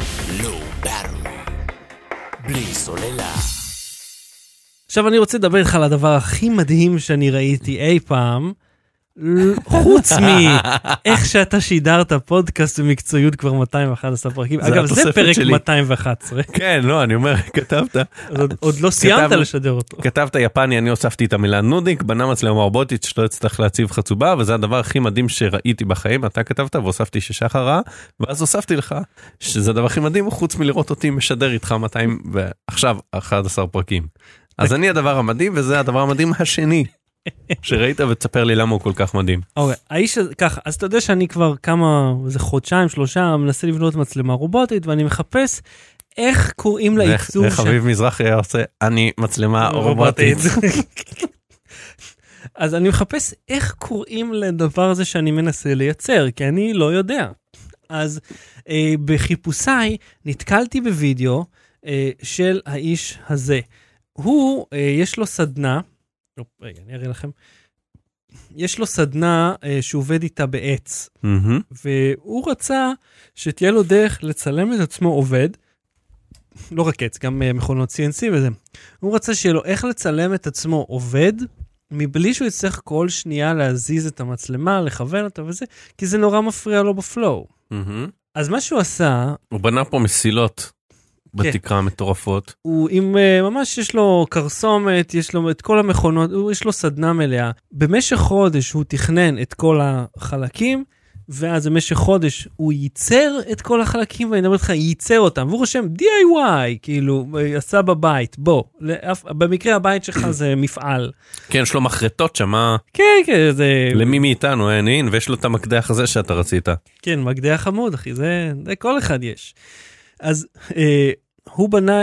בלי סוללה. עכשיו אני רוצה לדבר איתך על הדבר הכי מדהים שאני ראיתי אי פעם, חוץ מאיך שאתה שידרת פודקאסט במקצועיות כבר 211 פרקים. אגב, זה פרק 211. כן, לא, אני אומר, כתבת. עוד לא סיימת לשדר אותו. כתבת יפני, אני הוספתי את המילה נודניק, בנה מצלמה רובוטית שלא יצטרך להציב חצובה, וזה הדבר הכי מדהים שראיתי בחיים, אתה כתבת והוספתי ששחר רע, ואז הוספתי לך שזה הדבר הכי מדהים, חוץ מלראות אותי משדר איתך 200, ועכשיו 11 פרקים. אז אני הדבר המדהים, וזה הדבר המדהים השני. שראית ותספר לי למה הוא כל כך מדהים. אוקיי, האיש ככה, אז אתה יודע שאני כבר איזה חודשיים, 3, מנסה לבנות מצלמה רובוטית, ואני מחפש איך קוראים לעיצוב... איך אביב מזרחי היה עושה, אני מצלמה רובוטית. אז אני מחפש איך קוראים לדבר הזה שאני מנסה לייצר, כי אני לא יודע. אז בחיפושיי נתקלתי בווידאו של האיש הזה. הוא, יש לו סדנה, רגע, אני אראה לכם. יש לו סדנה שעובד איתה בעץ, והוא רצה שתהיה לו דרך לצלם את עצמו עובד, לא רק עץ, גם מכונות CNC וזה. הוא רצה שיהיה לו איך לצלם את עצמו עובד, מבלי שהוא יצטרך כל שנייה להזיז את המצלמה, לכוון אותה וזה, כי זה נורא מפריע לו בפלואו. אז מה שהוא עשה... הוא בנה פה מסילות. בתקרה המטורפות. הוא ממש יש לו קרסומת, יש לו את כל המכונות, יש לו סדנה מלאה. במשך חודש הוא תכנן את כל החלקים, ואז במשך חודש הוא ייצר את כל החלקים, ואני אומר לך, ייצר אותם, והוא רושם DIY, כאילו, עשה בבית, בוא, במקרה הבית שלך זה מפעל. כן, יש לו מחרטות שמה. כן, זה... למי מאיתנו, אין, ויש לו את המקדח הזה שאתה רצית. כן, מקדח חמוד, אחי, זה כל אחד יש. אז הוא בנה,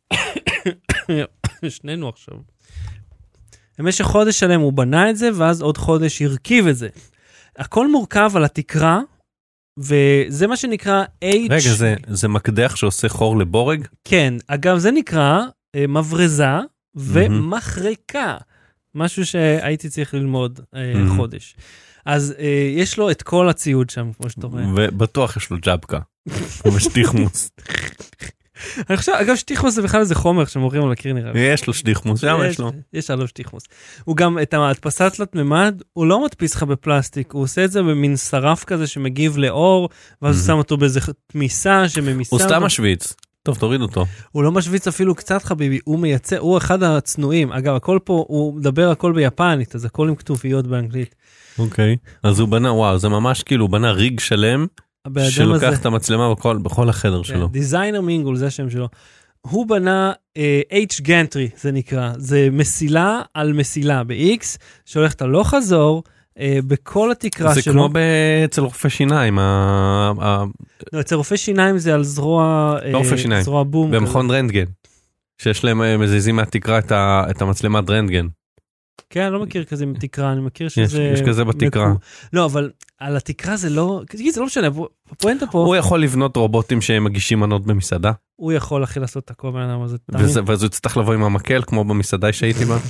שנינו עכשיו, במשך חודש שלם הוא בנה את זה, ואז עוד חודש הרכיב את זה. הכל מורכב על התקרה, וזה מה שנקרא רגע, זה מקדח שעושה חור לבורג? כן, אגב זה נקרא מברזה ומחרקה, משהו שהייתי צריך ללמוד חודש. אז יש לו את כל הציוד שם, כמו שאתה רואה. ובטוח יש לו ג'אבקה. ושטיחמוס. אני חושב, אגב, שטיחמוס זה בכלל איזה חומר שמורים על הקיר נראה. יש לו שטיחמוס, שם יש לו. יש עליו שטיחמוס. הוא גם, את ההדפסת תלת ממד, הוא לא מדפיס לך בפלסטיק, הוא עושה את זה במין שרף כזה שמגיב לאור, ואז הוא שם אותו באיזה תמיסה שממיסה. הוא סתם משוויץ. טוב, תוריד אותו. הוא לא משוויץ אפילו קצת חביבי, הוא מייצא, הוא אחד הצנועים. אגב, הכל פה, הוא מדבר הכל ביפנית, אז הכל עם כתוביות באנגלית. אוקיי. אז הוא בנה, וואו, זה ממש כאילו, הוא בנה ריג שלם, שלוקח את המצלמה בכל החדר שלו. דיזיינר מינגול, זה השם שלו. הוא בנה H גנטרי, זה נקרא. זה מסילה על מסילה ב-X, שהולכת הלוך חזור, בכל התקרה שלו. זה כמו אצל רופא שיניים. לא, אצל רופא שיניים זה על זרוע בום. במכון רנטגן. שיש להם מזיזים מהתקרה את המצלמת רנטגן. כן, אני לא מכיר כזה עם תקרה, אני מכיר שזה... יש כזה בתקרה. לא, אבל על התקרה זה לא... זה לא משנה, הפואנטה פה... הוא יכול לבנות רובוטים שהם מגישים מנות במסעדה. הוא יכול הכי לעשות את הכל בן אדם הזה. ואז הוא יצטרך לבוא עם המקל, כמו במסעדה שהייתי בה.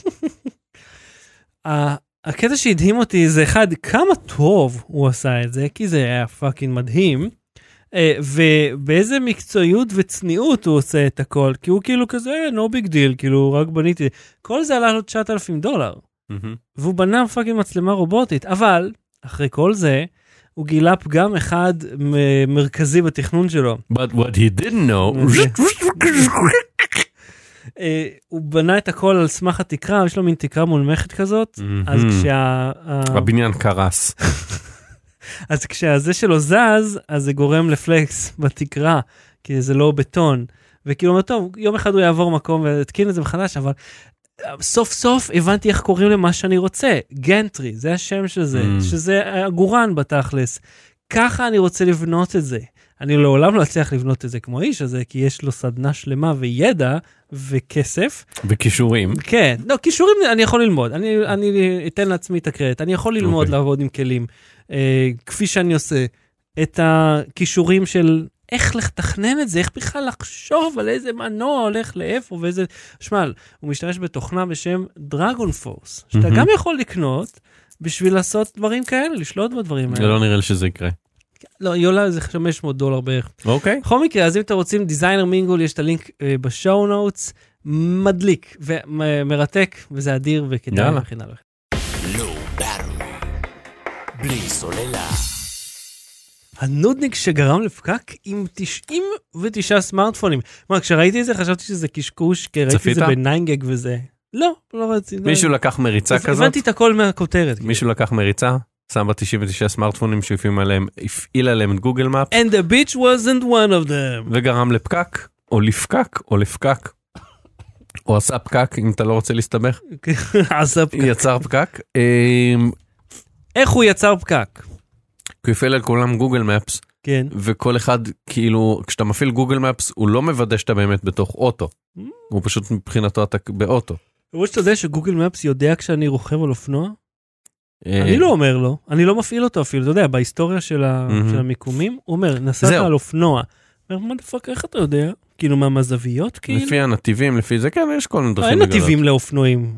הקטע שהדהים אותי זה אחד, כמה טוב הוא עשה את זה, כי זה היה פאקינג מדהים, ובאיזה מקצועיות וצניעות הוא עושה את הכל, כי הוא כאילו כזה, no big deal, כאילו רק בניתי, כל זה עלה לו $9,000, והוא בנה פאקינג מצלמה רובוטית, אבל אחרי כל זה, הוא גילה פגם אחד מרכזי בתכנון שלו. But what he didn't know... הוא בנה את הכל על סמך התקרה, יש לו מין תקרה מולמכת כזאת, אז הבניין קרס. אז כשהזה שלו זז, אז זה גורם לפלקס בתקרה, כי זה לא בטון. וכאילו, טוב, יום אחד הוא יעבור מקום והתקין את זה מחדש, אבל סוף סוף הבנתי איך קוראים למה שאני רוצה. גנטרי, זה השם של זה, שזה הגורן בתכלס. ככה אני רוצה לבנות את זה. אני לעולם לא אצליח לבנות את זה כמו האיש הזה, כי יש לו סדנה שלמה וידע וכסף. וכישורים. כן, לא, כישורים אני יכול ללמוד, אני אתן לעצמי את הקרדיט, אני יכול ללמוד לעבוד עם כלים, כפי שאני עושה, את הכישורים של איך לתכנן את זה, איך בכלל לחשוב על איזה מנוע הולך לאיפה ואיזה... שמע, הוא משתמש בתוכנה בשם דרגון פורס, שאתה גם יכול לקנות בשביל לעשות דברים כאלה, לשלוט בדברים האלה. זה לא נראה לי שזה יקרה. לא, היא עולה איזה $500 בערך. אוקיי. בכל מקרה, אז אם אתם רוצים דיזיינר מינגול, יש את הלינק בשואו נוטס, מדליק ומרתק, וזה אדיר וכדאי וכן הלאה. לואו באטרי, בלי סוללה. הנודניק שגרם לפקק עם 99 סמארטפונים. מה, כשראיתי את זה, חשבתי שזה קשקוש, כי ראיתי את זה ב9gag וזה. לא רציתי. מישהו לקח מריצה כזאת? הבנתי את הכל מהכותרת. מישהו לקח מריצה? שם בה 99 סמארטפונים שהפעיל עליהם את גוגל מאפ. And the bitch wasn't one of them. וגרם לפקק, או לפקק, או לפקק. או עשה פקק, אם אתה לא רוצה להסתבך. עשה פקק. יצר פקק. איך הוא יצר פקק? הוא הפעיל על כולם גוגל מאפס. כן. וכל אחד, כאילו, כשאתה מפעיל גוגל מאפס, הוא לא מוודא שאתה באמת בתוך אוטו. הוא פשוט מבחינתו אתה באוטו. הוא שאתה יודע שגוגל מאפס יודע כשאני רוכב על אופנוע? אני לא אומר לו, אני לא מפעיל אותו אפילו, אתה יודע, בהיסטוריה של המיקומים, הוא אומר, נסעת על אופנוע. הוא אומר, מה דפק, איך אתה יודע? כאילו, מהזוויות, כאילו? לפי הנתיבים, לפי זה, כן, יש כל מיני דרכים לגלות. אין נתיבים לאופנועים.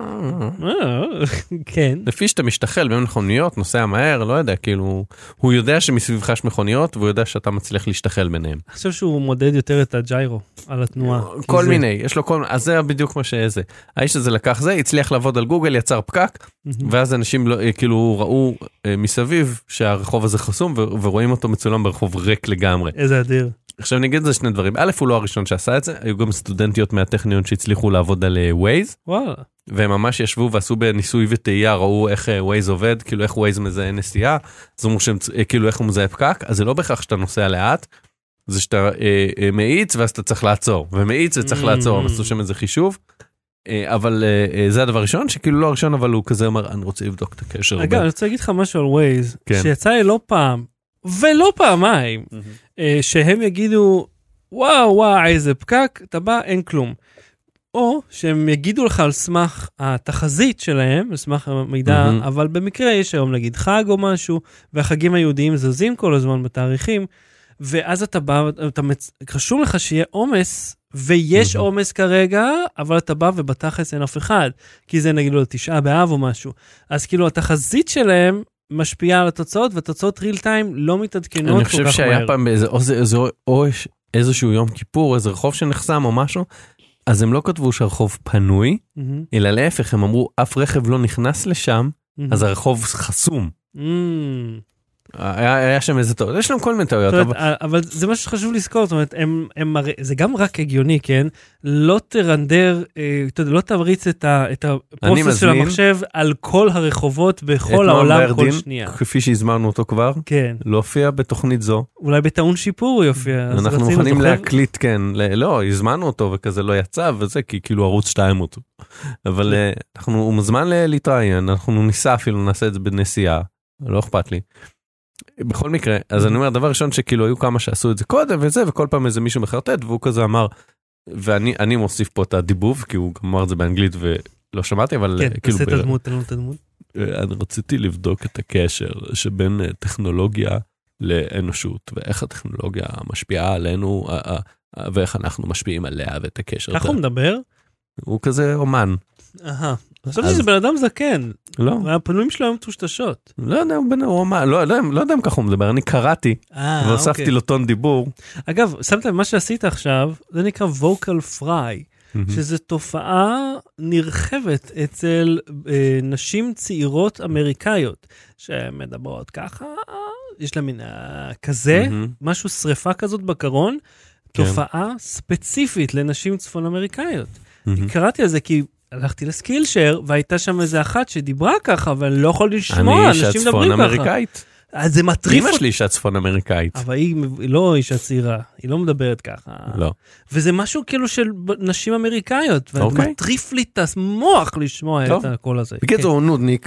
כן. לפי שאתה משתחל בין מכוניות, נוסע מהר, לא יודע, כאילו, הוא יודע שמסביבך יש מכוניות, והוא יודע שאתה מצליח להשתחל ביניהם. אני חושב שהוא מודד יותר את הג'יירו על התנועה. כל מיני, יש לו כל מיני, אז זה בדיוק מה שזה. האיש הזה לקח זה, הצליח לעבוד על גוגל, יצר פקק, ואז אנשים כאילו ראו מסביב שהרחוב הזה חסום, ורואים אותו מצולם ברחוב ריק לגמרי. איזה אדיר. עכשיו נגיד זה שני דברים. א', הוא לא הראשון שעשה את זה, היו גם סטודנטיות מהטכניון שהצליחו לעבוד על ווייז, והם ממש ישבו ועשו בניסוי וטעייה, ראו איך ווייז עובד, כאילו איך ווייז מזהה נסיעה, זאת אומרת כאילו איך הוא מזהה פקק, אז זה לא בכך שאתה נוסע לאט, זה שאתה מאיץ ואז אתה צריך לעצור, ומאיץ וצריך לעצור, עשו שם איזה חישוב, אבל זה הדבר ראשון, שכאילו לא הראשון, אבל הוא כזה אומר, אני רוצה לבדוק את הקשר. אגב, אני רוצה להגיד לך משהו על ווייז, שיצא לי לא פעם, ולא פעמיים, שהם יגידו, וואו, איזה פקק, אתה בא, אין כלום. או שהם יגידו לך על סמך התחזית שלהם, על סמך המידע, אבל במקרה יש היום נגיד חג או משהו, והחגים היהודיים זזים כל הזמן בתאריכים, ואז אתה בא, חשוב לך שיהיה עומס, ויש עומס כרגע, אבל אתה בא ובתחס אין אף אחד, כי זה נגיד לו 9 באב או משהו. אז כאילו התחזית שלהם, משפיעה על התוצאות, והתוצאות ריל טיים לא מתעדכנות כל כך מהר. אני חושב שהיה פעם איזשהו יום כיפור, איזה רחוב שנחסם או משהו, אז הם לא כתבו שהרחוב פנוי, אלא להפך, הם אמרו, אף רכב לא נכנס לשם, אז הרחוב חסום. היה שם איזה טעות, יש להם כל מיני טעויות. אבל זה משהו שחשוב לזכור, זאת אומרת, זה גם רק הגיוני, כן? לא תרנדר, לא תבריץ את הפרוסס של המחשב על כל הרחובות בכל העולם כל שנייה. כפי שהזמנו אותו כבר, לא הופיע בתוכנית זו. אולי בטעון שיפור הוא יופיע. אנחנו מוכנים להקליט, כן. לא, הזמנו אותו וכזה לא יצא, וזה כי כאילו ערוץ 2 אותו. אבל הוא מוזמן להתראיין, אנחנו ניסה אפילו, נעשה את זה בנסיעה, לא אכפת לי. בכל מקרה, אז אני אומר, דבר ראשון שכאילו היו כמה שעשו את זה קודם וזה, וכל פעם איזה מישהו מחרטט, והוא כזה אמר, ואני מוסיף פה את הדיבוב, כי הוא אמר את זה באנגלית ולא שמעתי, אבל כן, תעשה את הדמות. אני רציתי לבדוק את הקשר שבין טכנולוגיה לאנושות, ואיך הטכנולוגיה משפיעה עלינו, ואיך אנחנו משפיעים עליה ואת הקשר. איך הוא מדבר? הוא כזה אומן. חשבתי שזה בן אדם זקן. לא. הפנויים שלו הם טושטשות. לא יודע, לא יודע אם ככה הוא מדבר, אני קראתי, והוספתי לו טון דיבור. אגב, שמת לב, מה שעשית עכשיו, זה נקרא vocal fry, שזו תופעה נרחבת אצל נשים צעירות אמריקאיות, שמדברות ככה, יש לה מין כזה, משהו שריפה כזאת בקרון, תופעה ספציפית לנשים צפון אמריקאיות. קראתי על זה כי הלכתי לסקילשר, והייתה שם איזה אחת שדיברה ככה, אבל לא יכול לשמוע, אנשים מדברים ככה. אני אישה צפון אמריקאית. אז זה מטריף. אמא שלי אישה צפון אמריקאית. אבל היא לא אישה צעירה, היא לא מדברת ככה. לא. וזה משהו כאילו של נשים אמריקאיות, ומטריף לי את המוח לשמוע את הקול הזה. בקיצור, הוא נודניק,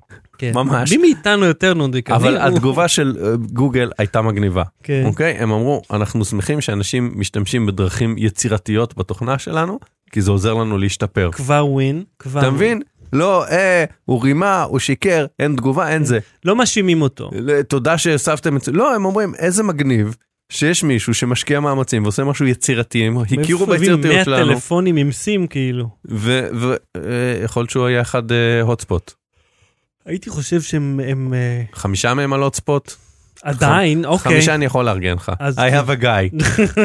ממש. מי מאיתנו יותר נודניק? אבל התגובה של גוגל הייתה מגניבה. אוקיי? הם אמרו, אנחנו שמחים שאנשים משתמשים בדרכים יצירתיות בתוכנה שלנו, כי זה עוזר לנו להשתפר. כבר ווין. אתה מבין? לא, הוא רימה, הוא שיקר, אין תגובה, אין זה. לא מאשימים אותו. תודה שהוספתם את זה. לא, הם אומרים, איזה מגניב שיש מישהו שמשקיע מאמצים ועושה משהו יצירתי, הכירו ביצירתיות שלנו. 100 טלפונים עם סים כאילו. ויכול להיות שהוא היה אחד הוטספוט. הייתי חושב שהם... 5 מהם על הוטספוט. עדיין, אוקיי. 5 אני יכול לארגן לך. I have a guy.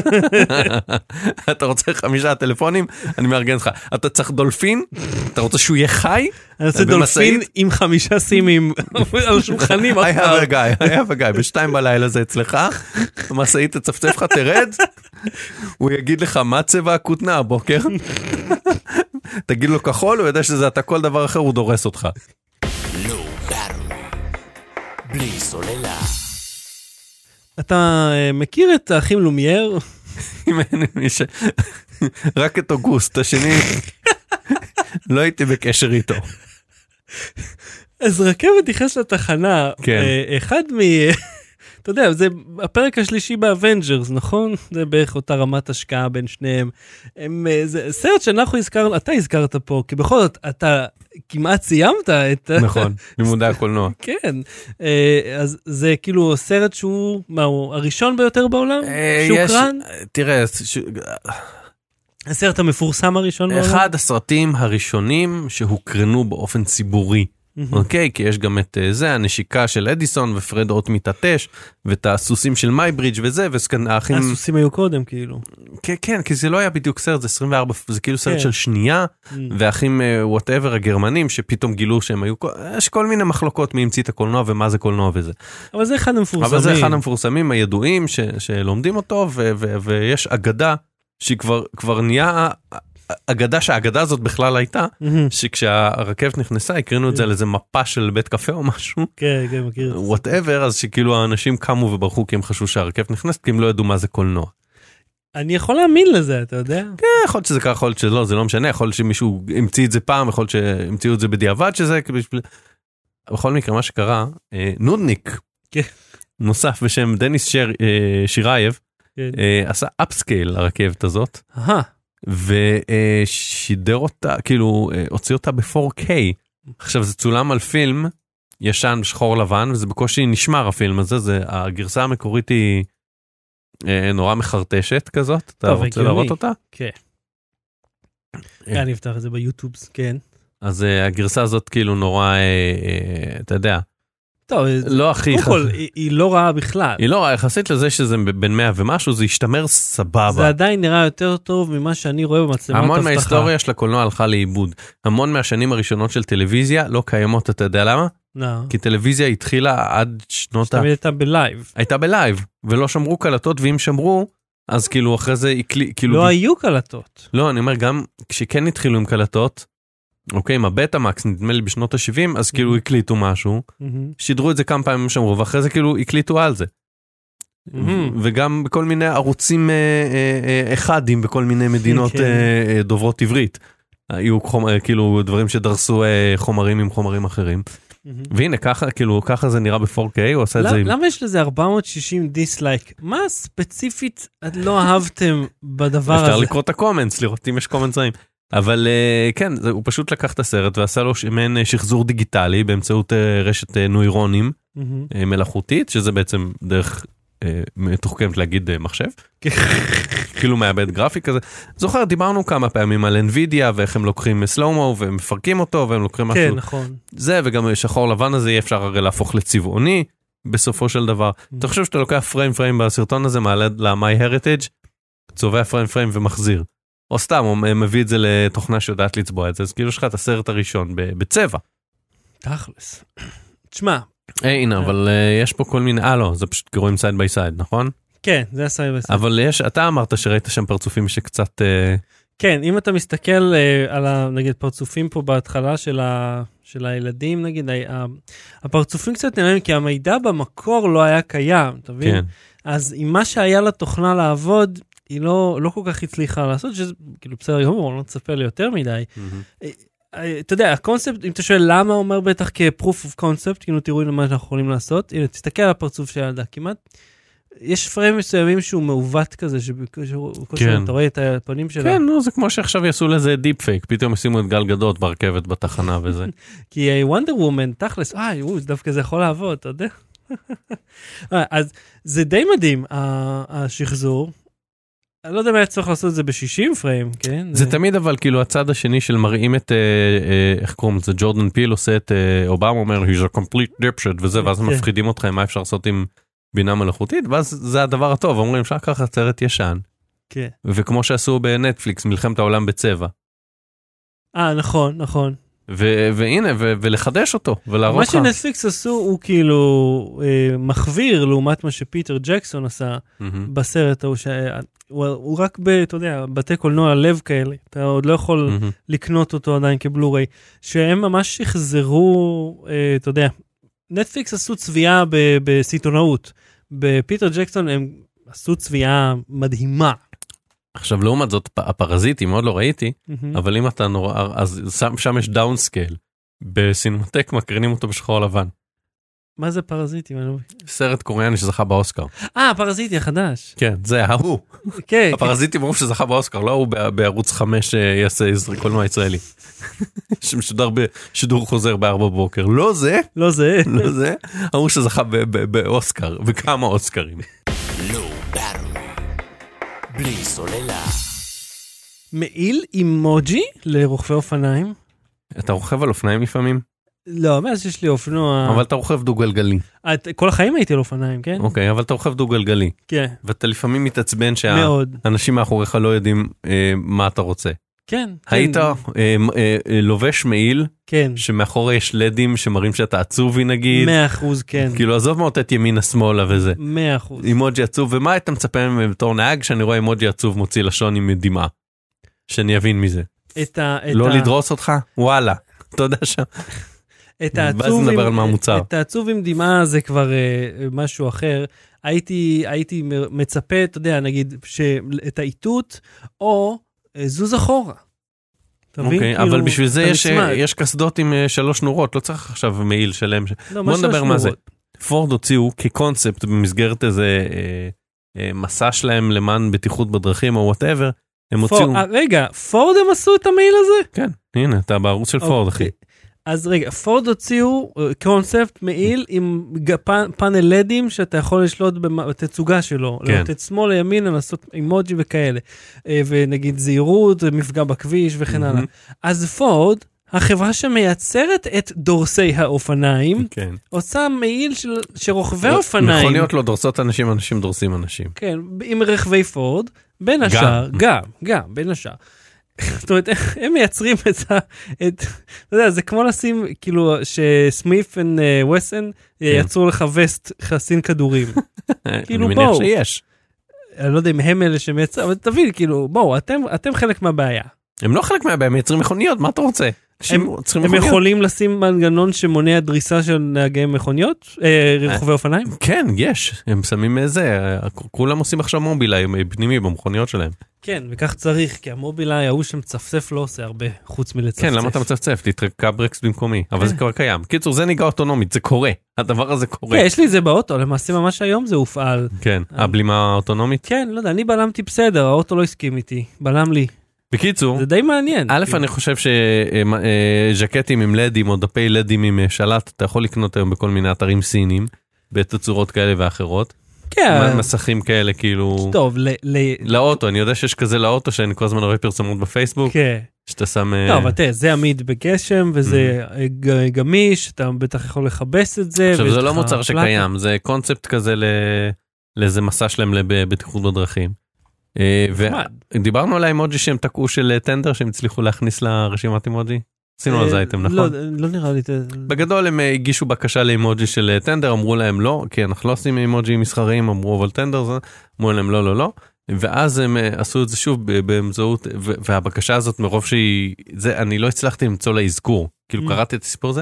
אתה רוצה 5 טלפונים? אני מארגן לך. אתה צריך דולפין? אתה רוצה שהוא יהיה חי? אני רוצה דולפין עם 5 סימים על שולחנים. I have a guy. ב2 בלילה זה אצלך. המשאית תצפצף לך, תרד. הוא יגיד לך מה צבע הכותנה הבוקר. תגיד לו כחול, הוא יודע שזה אתה כל דבר אחר, הוא דורס אותך. בלי סוללה. אתה מכיר את האחים לומייר? רק את אוגוסט, השני לא הייתי בקשר איתו. אז רכבת נכנס לתחנה, אחד אתה יודע, זה הפרק השלישי באבנג'רס, נכון? זה בערך אותה רמת השקעה בין שניהם. זה סרט שאנחנו הזכרנו, אתה הזכרת פה, כי בכל זאת אתה כמעט סיימת את... נכון, לימודי הקולנוע. כן, אז זה כאילו סרט שהוא, מה הוא, הראשון ביותר בעולם? שוקרן? תראה, הסרט המפורסם הראשון בעולם? אחד הסרטים הראשונים שהוקרנו באופן ציבורי. אוקיי, כי יש גם את זה, הנשיקה של אדיסון ופרד רוט מתעטש, ואת הסוסים של מייברידג' וזה, והאחים... הסוסים היו קודם, כאילו. כן, כי זה לא היה בדיוק סרט, זה 24, זה כאילו סרט של שנייה, והאחים whatever הגרמנים, שפתאום גילו שהם היו... יש כל מיני מחלוקות מי המציא את הקולנוע ומה זה קולנוע וזה. אבל זה אחד המפורסמים. אבל זה אחד המפורסמים הידועים שלומדים אותו, ויש אגדה שהיא כבר נהיה... אגדה שהאגדה הזאת בכלל הייתה, שכשהרכבת נכנסה, הקרינו את זה על איזה מפה של בית קפה או משהו. כן, מכיר. whatever, אז שכאילו האנשים קמו וברחו כי הם חשבו שהרכבת נכנסת, כי הם לא ידעו מה זה קולנוע. אני יכול להאמין לזה, אתה יודע? כן, יכול להיות שזה ככה, יכול להיות שלא, זה לא משנה, יכול להיות שמישהו המציא את זה פעם, יכול להיות שהמציאו את זה בדיעבד שזה, בכל מקרה מה שקרה, נודניק, נוסף בשם דניס שירייב, עשה אפסקייל לרכבת הזאת. ושידר אותה, כאילו, הוציא אותה ב-4K. עכשיו, זה צולם על פילם ישן שחור לבן, וזה בקושי נשמר הפילם הזה, הגרסה המקורית היא נורא מחרטשת כזאת. אתה רוצה לראות אותה? כן. אני אפתח את זה ביוטיוב, כן. אז הגרסה הזאת כאילו נורא, אתה יודע, טוב, לא הכי... היא לא רעה בכלל. היא לא רעה, יחסית לזה שזה בין 100 ומשהו, זה ישתמר סבבה. זה עדיין נראה יותר טוב ממה שאני רואה במצלמות המון הבטחה. מההיסטוריה של הקולנוע הלכה לאיבוד. המון מהשנים הראשונות של טלוויזיה לא קיימות, אתה יודע למה? לא. כי טלוויזיה התחילה עד שנות שתמיד הייתה בלייב. הייתה בלייב, ולא שמרו קלטות, ואם שמרו, אז כאילו אחרי זה... לא היו קלטות. לא, אני אומר, גם כשכן התחילו עם קלטות, אוקיי, עם הבטה-מקס, נדמה לי בשנות ה-70, אז כאילו הקליטו משהו, שידרו את זה כמה פעמים שמרו, ואחרי זה כאילו הקליטו על זה. וגם בכל מיני ערוצים אחדים, בכל מיני מדינות דוברות עברית. היו כאילו דברים שדרסו חומרים עם חומרים אחרים. והנה, ככה זה נראה ב-4K, הוא עושה את זה עם... למה יש לזה 460 דיסלייק? מה ספציפית לא אהבתם בדבר הזה? אפשר לקרוא את הקומנטס, לראות אם יש קומנטס רעים. אבל כן, הוא פשוט לקח את הסרט ועשה לו מעין שחזור דיגיטלי באמצעות רשת נוירונים מלאכותית, שזה בעצם דרך מתוחכמת להגיד מחשב, כאילו מאבד גרפי כזה. זוכר, דיברנו כמה פעמים על NVIDIA ואיך הם לוקחים סלומו והם מפרקים אותו והם לוקחים משהו. כן, נכון. זה, וגם שחור לבן הזה יהיה אפשר הרי להפוך לצבעוני בסופו של דבר. אתה חושב שאתה לוקח פריים בסרטון הזה, מעלה ל-MyHeritage, צובע פריים ומחזיר. או סתם, הוא מביא את זה לתוכנה שיודעת לצבוע את זה, אז כאילו יש לך את הסרט הראשון בצבע. תכלס. תשמע. הנה, אבל יש פה כל מיני, לא, זה פשוט רואים סייד ביי סייד, נכון? כן, זה הסייד ביי סייד. אבל אתה אמרת שראית שם פרצופים שקצת... כן, אם אתה מסתכל על, נגיד, פרצופים פה בהתחלה של הילדים, נגיד, הפרצופים קצת נראים, כי המידע במקור לא היה קיים, אתה מבין? כן. אז עם מה שהיה לתוכנה לעבוד, היא לא כל כך הצליחה לעשות, שזה כאילו בסדר גמור, לא נצפה לי יותר מדי. אתה יודע, הקונספט, אם אתה שואל למה, אומר בטח כ-proof of concept, כאילו תראו למה שאנחנו יכולים לעשות, הנה, תסתכל על הפרצוף של הילדה, כמעט, יש פריים מסוימים שהוא מעוות כזה, אתה רואה את הפנים שלה. כן, נו, זה כמו שעכשיו יעשו לזה דיפ פייק, פתאום ישימו את גל גדות ברכבת בתחנה וזה. כי וונדר וומן, תכלס, דווקא זה יכול לעבוד, אתה יודע. אז זה די מדהים, השחזור. אני לא יודע מה היה צריך לעשות את זה ב-60 פריים, כן? זה תמיד אבל כאילו הצד השני של מראים את, איך קוראים את זה, ג'ורדן פיל עושה את, אובמה אומר, he's a complete dipshit וזה, ואז מפחידים אותך מה אפשר לעשות עם בינה מלאכותית, ואז זה הדבר הטוב, אומרים אפשר ככה סרט ישן. כן. וכמו שעשו בנטפליקס, מלחמת העולם בצבע. נכון. והנה, ולחדש אותו, ולהראות מה שנטפליקס עשו הוא כאילו מחוויר לעומת מה שפיטר ג'קסון עשה בסרט ההוא, הוא רק אתה יודע, בתי קולנוע לב כאלה, אתה עוד לא יכול לקנות אותו עדיין כבלוריי, שהם ממש יחזרו, אתה יודע, נטפליקס עשו צביעה בסיטונאות, בפיטר ג'קסון הם עשו צביעה מדהימה. עכשיו לעומת זאת, הפרזיטים עוד לא ראיתי, אבל אם אתה נורא, אז שם יש דאונסקייל, בסינמטק מקרינים אותו בשחור לבן. מה זה פרזיטים? סרט קוריאני שזכה באוסקר. פרזיטי החדש. כן, זה ההוא. כן. הפרזיטים אמרו שזכה באוסקר, לא הוא בערוץ 5 יעשה קולנוע ישראלי. שמשודר בשידור חוזר ב4 בבוקר. לא זה. אמרו שזכה באוסקר, וכמה אוסקרים. בלי סוללה. מעיל אימוג'י לרוכבי אופניים. אתה רוכב על אופניים לפעמים? לא, מאז שיש לי אופנוע... אבל אתה רוכב דו-גלגלי. כל החיים הייתי על אופניים, כן? אוקיי, אבל אתה רוכב דו-גלגלי. כן. ואתה לפעמים מתעצבן שהאנשים מאחוריך לא יודעים מה אתה רוצה. כן. היית לובש מעיל, כן. שמאחורי יש לדים שמראים שאתה עצובי נגיד. 100%, כן. כאילו עזוב מאותת ימינה שמאלה וזה. 100%. אימוג'י עצוב, ומה אתה מצפה ממנו בתור נהג שאני רואה אימוג'י עצוב מוציא לשון עם דמעה? שאני אבין מזה. לא לדרוס אותך? וואלה. אתה יודע שם. את העצוב עם דמעה זה כבר משהו אחר. הייתי מצפה, אתה יודע, נגיד, את האיתות, או זוז אחורה. אוקיי, אבל בשביל זה יש קסדות עם 3 נורות, לא צריך עכשיו מעיל שלם. בוא נדבר מה זה. פורד הוציאו כקונספט במסגרת איזה מסע שלהם למען בטיחות בדרכים או whatever, הם הוציאו... רגע, פורד הם עשו את המעיל הזה? כן, הנה, אתה בערוץ של פורד, אחי. אז רגע, פורד הוציאו קונספט מעיל עם פאנל לדים שאתה יכול לשלוט בתצוגה שלו, לתת שמאל לימין, לעשות אימוג'י וכאלה, ונגיד זהירות, מפגע בכביש וכן הלאה. אז פורד, החברה שמייצרת את דורסי האופניים, עושה מעיל של רוכבי אופניים. מכוניות לא דורסות אנשים, אנשים דורסים אנשים. כן, עם רכבי פורד, בין השאר, גם, בין השאר. זאת אומרת, הם מייצרים אתה יודע, זה כמו לשים, כאילו, שסמיף וויסן ייצרו לך וסט חסין כדורים. כאילו, בואו. אני מניח שיש. אני לא יודע אם הם אלה שמייצרים, אבל תבין, כאילו, בואו, אתם חלק מהבעיה. הם לא חלק מהבעיה, מייצרים מכוניות, מה אתה רוצה? הם יכולים לשים מנגנון שמונע דריסה של נהגי מכוניות, רוכבי אופניים? כן, יש. הם שמים איזה, כולם עושים עכשיו מובילאי פנימי במכוניות שלהם. כן, וכך צריך, כי המובילאי, ההוא שמצפצף לא עושה הרבה, חוץ מלצפצף. כן, למה אתה מצפצף? תתרקע ברקס במקומי, אבל זה כבר קיים. קיצור, זה נהיגה אוטונומית, זה קורה. הדבר הזה קורה. כן, יש לי את זה באוטו, למעשה ממש היום זה הופעל. כן, הבלימה האוטונומית? כן, לא יודע, אני בלמתי בסדר, האוטו לא הסכים איתי, בלם לי. בקיצור, זה די מעניין. א', אני חושב שז'קטים עם לדים או דפי לדים עם שלט, אתה יכול לקנות היום בכל מיני אתרים סינים, בתצורות כאלה ואחרות. כן. מסכים כאלה כאילו... טוב, לאוטו, אני יודע שיש כזה לאוטו, שאני כל הזמן רואה פרסומות בפייסבוק. כן. שאתה שם... לא, אבל תראה, זה עמיד בגשם, וזה גמיש, אתה בטח יכול לחבש את זה. עכשיו, זה לא מוצר שקיים, זה קונספט כזה לאיזה מסע שלהם לבטיחות בדרכים. ודיברנו על האימוג'י שהם תקעו של טנדר, שהם הצליחו להכניס לרשימת אימוג'י. עשינו על זה אייטם, נכון? לא נראה לי. בגדול הם הגישו בקשה לאימוג'י של טנדר, אמרו להם לא, כי אנחנו לא עושים אימוג'י מסחריים, אמרו אבל טנדר, אמרו להם לא, לא, לא. ואז הם עשו את זה שוב באמצעות, והבקשה הזאת מרוב שהיא, אני לא הצלחתי למצוא לה אזכור, כאילו קראתי את הסיפור הזה,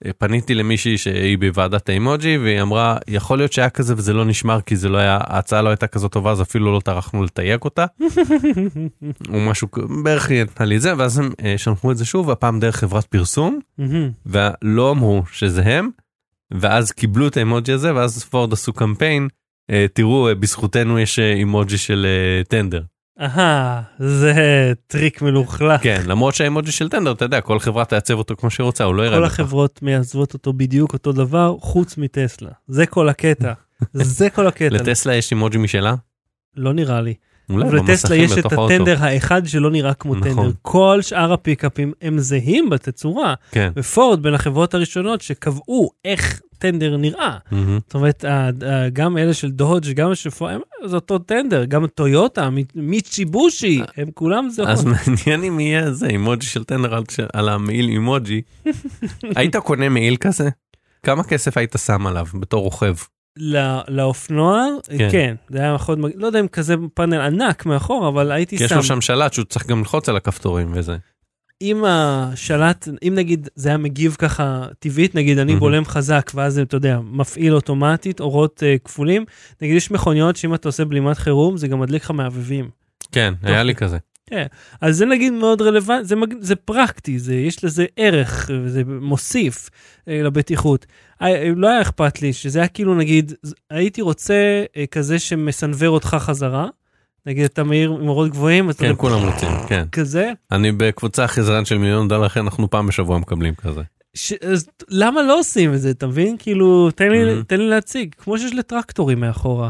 פניתי למישהי שהיא בוועדת האימוג'י, והיא אמרה, יכול להיות שהיה כזה וזה לא נשמר, כי זה לא היה, ההצעה לא הייתה כזאת טובה, אז אפילו לא טרחנו לתייג אותה. או משהו, בערך היא נתנה לי את זה, ואז הם שלחו את זה שוב, הפעם דרך חברת פרסום, ולא אמרו שזה הם, ואז קיבלו את האימוג'י הזה, ואז פורד עשו קמפיין, תראו, בזכותנו יש אימוג'י של טנדר. זה טריק מלוכלך. כן, למרות שהאימוג'י של טנדר, אתה יודע, כל חברה תעצב אותו כמו שהיא רוצה, הוא לא יראה כל לך. החברות מייצבות אותו בדיוק אותו דבר, חוץ מטסלה. זה כל הקטע. זה כל הקטע. לטסלה יש אימוג'י משלה? לא נראה לי. אולי ולטסלה יש את בתוך האוטו. הטנדר האחד שלא נראה כמו נכון. טנדר. כל שאר הפיקאפים הם זהים בתצורה. כן. ופורד בין החברות הראשונות שקבעו איך טנדר נראה. זאת אומרת, גם אלה של דודג' גם של פורד, זה אותו טנדר. גם טויוטה, מיצ'יבושי, הם כולם זה. אז מעניין אם יהיה זה, אימוג'י של טנדר על המעיל אימוג'י. היית קונה מעיל כזה? כמה כסף היית שם עליו בתור רוכב? לאופנוע, כן, זה היה מאוד, לא יודע אם כזה פאנל ענק מאחור, אבל הייתי שם. כי יש לו שם שלט שהוא צריך גם ללחוץ על הכפתורים וזה. אם השלט, אם נגיד זה היה מגיב ככה טבעית, נגיד אני בולם חזק, ואז אתה יודע, מפעיל אוטומטית, אורות כפולים, נגיד יש מכוניות שאם אתה עושה בלימת חירום, זה גם מדליק לך מעבבים. כן, היה לי כזה. כן, אז זה נגיד מאוד רלוונטי, זה פרקטי, יש לזה ערך, זה מוסיף לבטיחות. לא היה אכפת לי, שזה היה כאילו נגיד, הייתי רוצה כזה שמסנבר אותך חזרה, נגיד אתה מהיר עם אורות גבוהים, כן, כולם רוצים, כן. כזה. אני בקבוצה חזרן של $1,000,000, לכן אנחנו פעם בשבוע מקבלים כזה. אז למה לא עושים את זה, אתה מבין? כאילו, תן לי להציג, כמו שיש לטרקטורים מאחורה.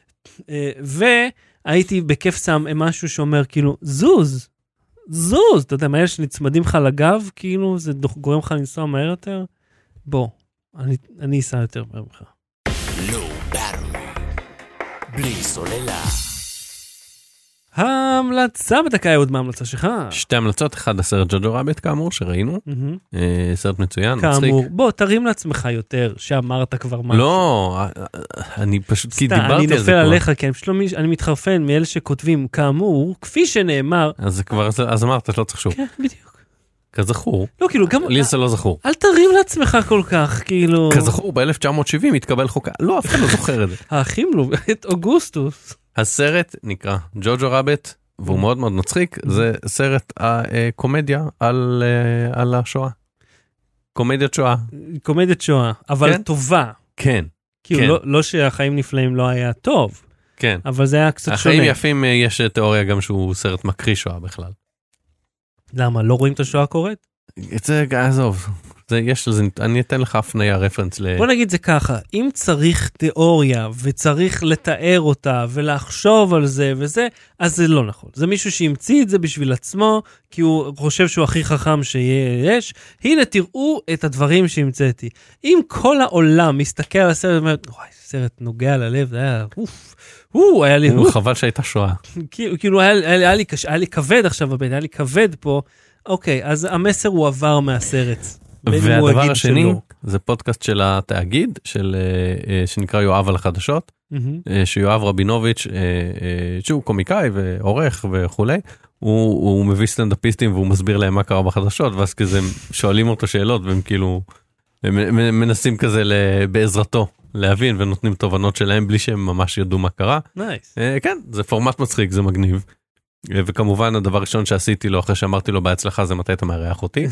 והייתי בכיף שם משהו שאומר, כאילו, זוז, אתה יודע, מהר שנצמדים לך לגב, כאילו, זה גורם לך לנסוע מהר יותר? בוא, אני אסע יותר מהר ממך. לא ברור. בלי סוללה. ההמלצה בדקה עוד מההמלצה שלך. 2 המלצות, 1 הסרט ג'וג'ו רביט כאמור שראינו, סרט מצוין, מצחיק. כאמור, בוא תרים לעצמך יותר, שאמרת כבר משהו. לא, אני פשוט כי דיברתי על זה. אני נופל עליך, כי אני מתחרפן מאלה שכותבים כאמור, כפי שנאמר. אז אמרת, את לא צריך שוב. כן, בדיוק. כזכור. לא, כאילו, גם... לי זה לא זכור. אל תרים לעצמך כל כך, כאילו... כזכור, ב-1970 התקבל חוקה. לא, אף אחד לא זוכר את זה. האחים לו, את אוגוסטוס. הסרט נקרא ג'וג'ו רביט, והוא מאוד מאוד מצחיק, זה סרט קומדיה על השואה. קומדיית שואה. קומדיית שואה, אבל טובה. כן. כאילו לא שהחיים נפלאים לא היה טוב. כן. אבל זה היה קצת שונה. החיים יפים, יש תיאוריה גם שהוא סרט מקריא שואה בכלל. למה? לא רואים את השואה קורית? זה, עזוב. אני אתן לך הפניה רפרנס בוא נגיד זה ככה, אם צריך תיאוריה וצריך לתאר אותה ולחשוב על זה וזה, אז זה לא נכון. זה מישהו שהמציא את זה בשביל עצמו, כי הוא חושב שהוא הכי חכם שיש. הנה תראו את הדברים שהמצאתי. אם כל העולם מסתכל על הסרט ואומר, וואי, סרט נוגע ללב, זה היה היה לי חבל שהייתה שואה. כאילו היה לי כבד עכשיו בבית, היה לי כבד פה. אוקיי, אז המסר הוא עבר מהסרט. והדבר השני, זה פודקאסט של התאגיד, שנקרא יואב על החדשות, שיואב רבינוביץ', שהוא קומיקאי ועורך וכולי, הוא מביא סטנדאפיסטים והוא מסביר להם מה קרה בחדשות, ואז כזה שואלים אותו שאלות, והם כאילו מנסים כזה בעזרתו להבין, ונותנים תובנות שלהם בלי שהם ממש ידעו מה קרה. כן, זה פורמט מצחיק, זה מגניב. וכמובן הדבר הראשון שעשיתי לו אחרי שאמרתי לו בהצלחה זה מתי אתה מארח אותי.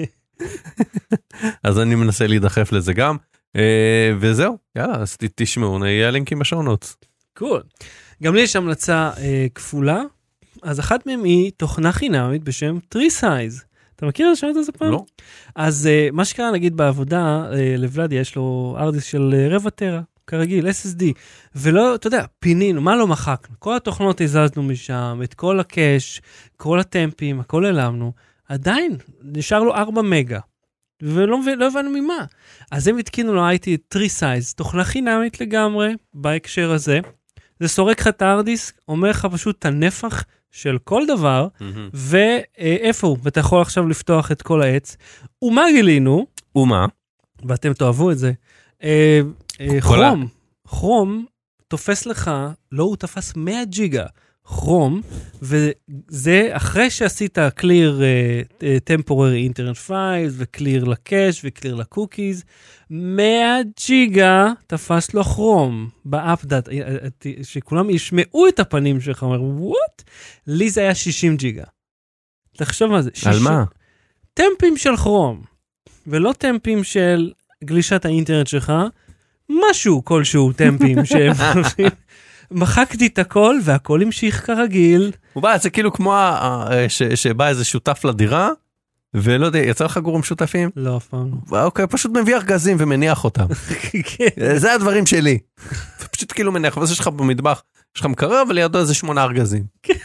אז אני מנסה להידחף לזה גם, וזהו, יאללה, אז תשמעו, נהיה לינקים בשעונות. קול. גם לי יש המלצה כפולה, אז אחת מהם היא תוכנה חינמית בשם Treesize. אתה מכיר לשמוע את זה פעם? לא. אז מה שקרה נגיד בעבודה, לבלדי יש לו ארדיס של 4 טרה, כרגיל, SSD, ולא, אתה יודע, פינינו, מה לא מחקנו? כל התוכנות הזזנו משם, את כל הקש, כל הטמפים, הכל העלמנו, עדיין נשאר לו 4 מגה, ולא הבנו ממה. אז הם התקינו לו הייתי Treesize, תוכנה חינמית לגמרי, בהקשר הזה, זה סורק לך את הארדיסק, אומר לך פשוט את הנפח של כל דבר, ואיפה הוא, ואתה יכול עכשיו לפתוח את כל העץ, ומה גילינו? ומה? ואתם תאהבו את זה, כרום תופס לך, לא הוא תפס 100 ג'יגה, כרום, וזה אחרי שעשית clear temporary internet files, ו-clear לקש, ו-clear לקוקיז, 100 ג'יגה תפס לו כרום באפדאט, שכולם ישמעו את הפנים שלך, אומר, what? לי זה היה 60 ג'יגה. תחשוב מה זה. על מה? טמפים של כרום, ולא טמפים של גלישת האינטרנט שלך, משהו כלשהו טמפים שהם מחקתי את הכל, והכל המשיך כרגיל. הוא בא, זה כאילו כמו שבא איזה שותף לדירה, ולא יודע, יצא לך גורם שותפים? לא, אף פעם. אוקיי, פשוט מביא ארגזים ומניח אותם. זה הדברים שלי. פשוט כאילו מניח, ואז יש לך במטבח, יש לך מקרר, ולידו איזה 8 ארגזים.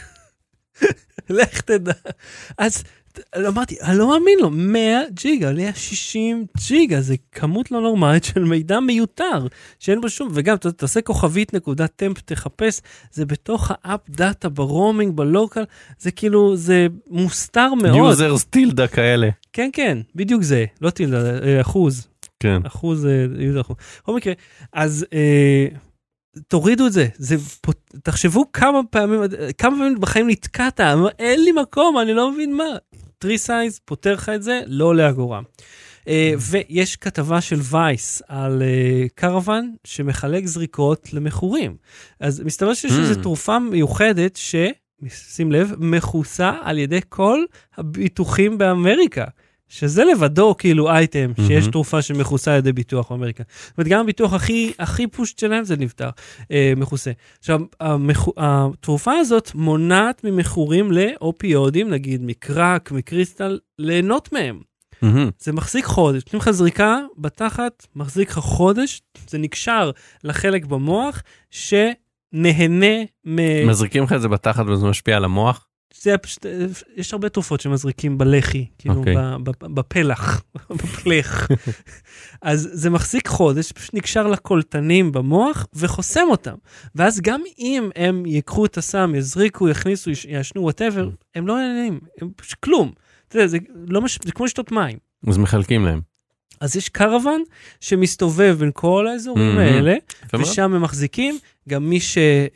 לך תדע. אז אמרתי, אני לא מאמין לו, 100 ג'יגה, עליה 60 ג'יגה, זה כמות לא נורמלית של מידע מיותר, שאין בו שום, וגם תעשה כוכבית נקודת טמפ, תחפש, זה בתוך האפ דאטה, ברומינג, בלוקל, זה כאילו, זה מוסתר מאוד. יוזרס טילדה כאלה. כן, כן, בדיוק זה, לא טילדה, אחוז. כן. אחוז, יוזר אחוז. בכל מקרה, אז תורידו את זה, תחשבו כמה פעמים בחיים נתקעת, אין לי מקום, אני לא מבין מה. 3 size, פותר לך את זה, לא עולה אגורה. ויש כתבה של וייס על קרוון שמחלק זריקות למכורים. אז מסתבר שיש איזו תרופה מיוחדת שים לב, מכוסה על ידי כל הביטוחים באמריקה. שזה לבדו כאילו אייטם, שיש תרופה שמכוסה על ידי ביטוח באמריקה. זאת אומרת, גם הביטוח הכי פושט שלהם זה נפטר, מכוסה. עכשיו, התרופה הזאת מונעת ממכורים לאופיודים, נגיד מקרק, מקריסטל, ליהנות מהם. זה מחזיק חודש, נותנים לך זריקה בתחת, מחזיק לך חודש, זה נקשר לחלק במוח, שנהנה מזריקים לך את זה בתחת וזה משפיע על המוח? יש הרבה תרופות שמזריקים בלחי, כאילו בפלח, בפלח. אז זה מחזיק חודש, פשוט נקשר לקולטנים במוח וחוסם אותם. ואז גם אם הם יקחו את הסם, יזריקו, יכניסו, ישנו, whatever, הם לא נהנים, הם פשוט כלום. אתה יודע, זה כמו שתות מים. אז מחלקים להם. אז יש קרוון שמסתובב בין כל האזורים האלה, ושם הם מחזיקים, גם מי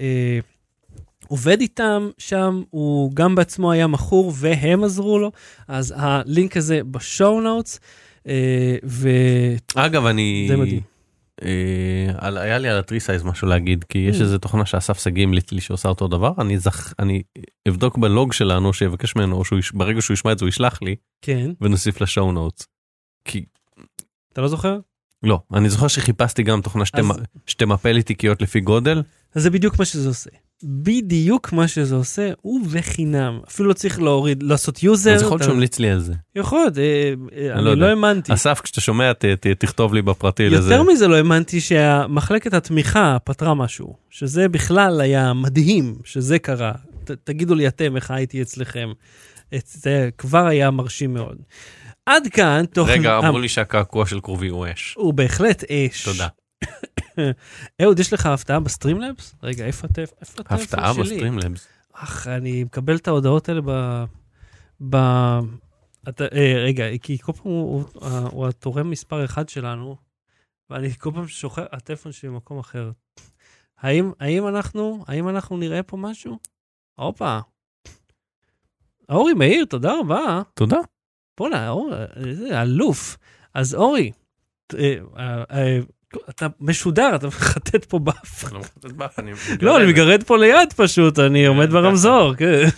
עובד איתם שם, הוא גם בעצמו היה מכור, והם עזרו לו, אז הלינק הזה בשואו נוטס, אגב, אני... זה מדהים. היה לי על ה-3 size משהו להגיד, כי יש איזו תוכנה שאסף סגי המליץ לי שעושה אותו דבר, אני אבדוק בלוג שלנו, שיבקש ממנו, או ברגע שהוא ישמע את זה, הוא ישלח לי, ונוסיף לשואו נוטס. כי... אתה לא זוכר? לא, אני זוכר שחיפשתי גם תוכנה שתמפה לי תיקיות לפי גודל. אז זה בדיוק מה שזה עושה. בדיוק מה שזה עושה, הוא בחינם. אפילו לא צריך להוריד, לעשות יוזר. אז יכול שמליץ לי על זה. יכול, אני לא האמנתי. אסף, כשאתה שומע, תכתוב לי בפרטי לזה. יותר מזה לא האמנתי שהמחלקת התמיכה פתרה משהו, שזה בכלל היה מדהים, שזה קרה. תגידו לי אתם, איך הייתי אצלכם. זה כבר היה מרשים מאוד. עד כאן, רגע, אמרו לי שהקעקוע של קרובי הוא אש. הוא בהחלט אש. תודה. אהוד, יש לך הפתעה בסטרימלאבס? רגע, איפה הטלפון שלי? הפתעה בסטרימלאבס. אני מקבל את ההודעות האלה רגע, כי כל פעם הוא התורם מספר 1 שלנו, ואני כל פעם שוכר, הטלפון שלי במקום אחר. האם אנחנו נראה פה משהו? הופה. אורי מאיר, תודה רבה. תודה. בוא'נה, זה אלוף. אז אורי, אתה משודר, אתה מחטט פה באף. לא, אני מגרד פה ליד פשוט, אני עומד ברמזור.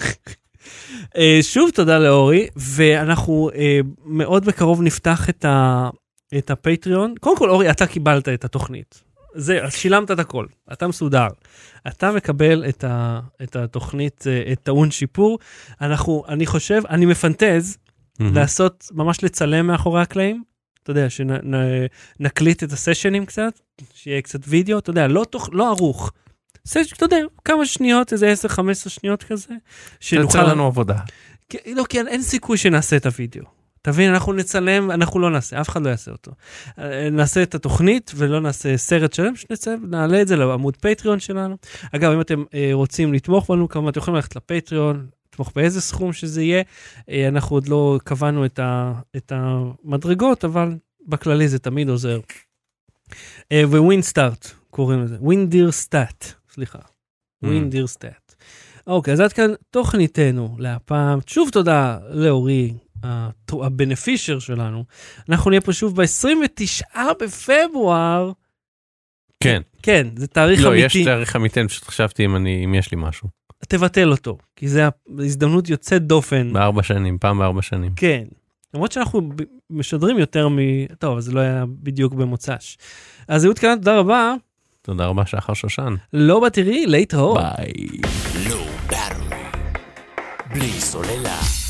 שוב תודה לאורי, ואנחנו מאוד בקרוב נפתח את הפטריון. קודם כל, אורי, אתה קיבלת את התוכנית. אז שילמת את הכל, אתה מסודר. אתה מקבל את התוכנית, את טעון שיפור. אני חושב, אני מפנטז, לעשות, ממש לצלם מאחורי הקלעים, אתה יודע, שנקליט את הסשנים קצת, שיהיה קצת וידאו, אתה יודע, לא ערוך. אתה יודע, כמה שניות, איזה 10-15 שניות כזה. תצא לנו עבודה. לא, כי אין סיכוי שנעשה את הוידאו. תבין, אנחנו נצלם, אנחנו לא נעשה, אף אחד לא יעשה אותו. נעשה את התוכנית ולא נעשה סרט שלם, נעלה את זה לעמוד פטריון שלנו. אגב, אם אתם רוצים לתמוך בנו, כמובן, אתם יכולים ללכת לפטריון, לתמוך באיזה סכום שזה יהיה. אנחנו עוד לא קבענו את המדרגות, אבל בכללי זה תמיד עוזר. ווין סטארט, קוראים לזה. ווין דיר סטאט, סליחה. ווין דיר סטאט. אוקיי, אז עד כאן תוכניתנו להפעם. שוב תודה לאורי, הבנפישר שלנו. אנחנו נהיה פה שוב ב-29 בפברואר. כן. כן, זה תאריך לא, אמיתי. יש תאריך אמיתי, אני פשוט חשבתי אם יש לי משהו. תבטל אותו, כי זה הזדמנות יוצאת דופן. פעם ב4 שנים. כן. למרות שאנחנו משדרים יותר טוב, אז זה לא היה בדיוק במוצ"ש. אז אהוד כאן, תודה רבה. תודה רבה, שחר שושן. לא בתראי, להתראות. ביי. לא ברור. בלי סוללה.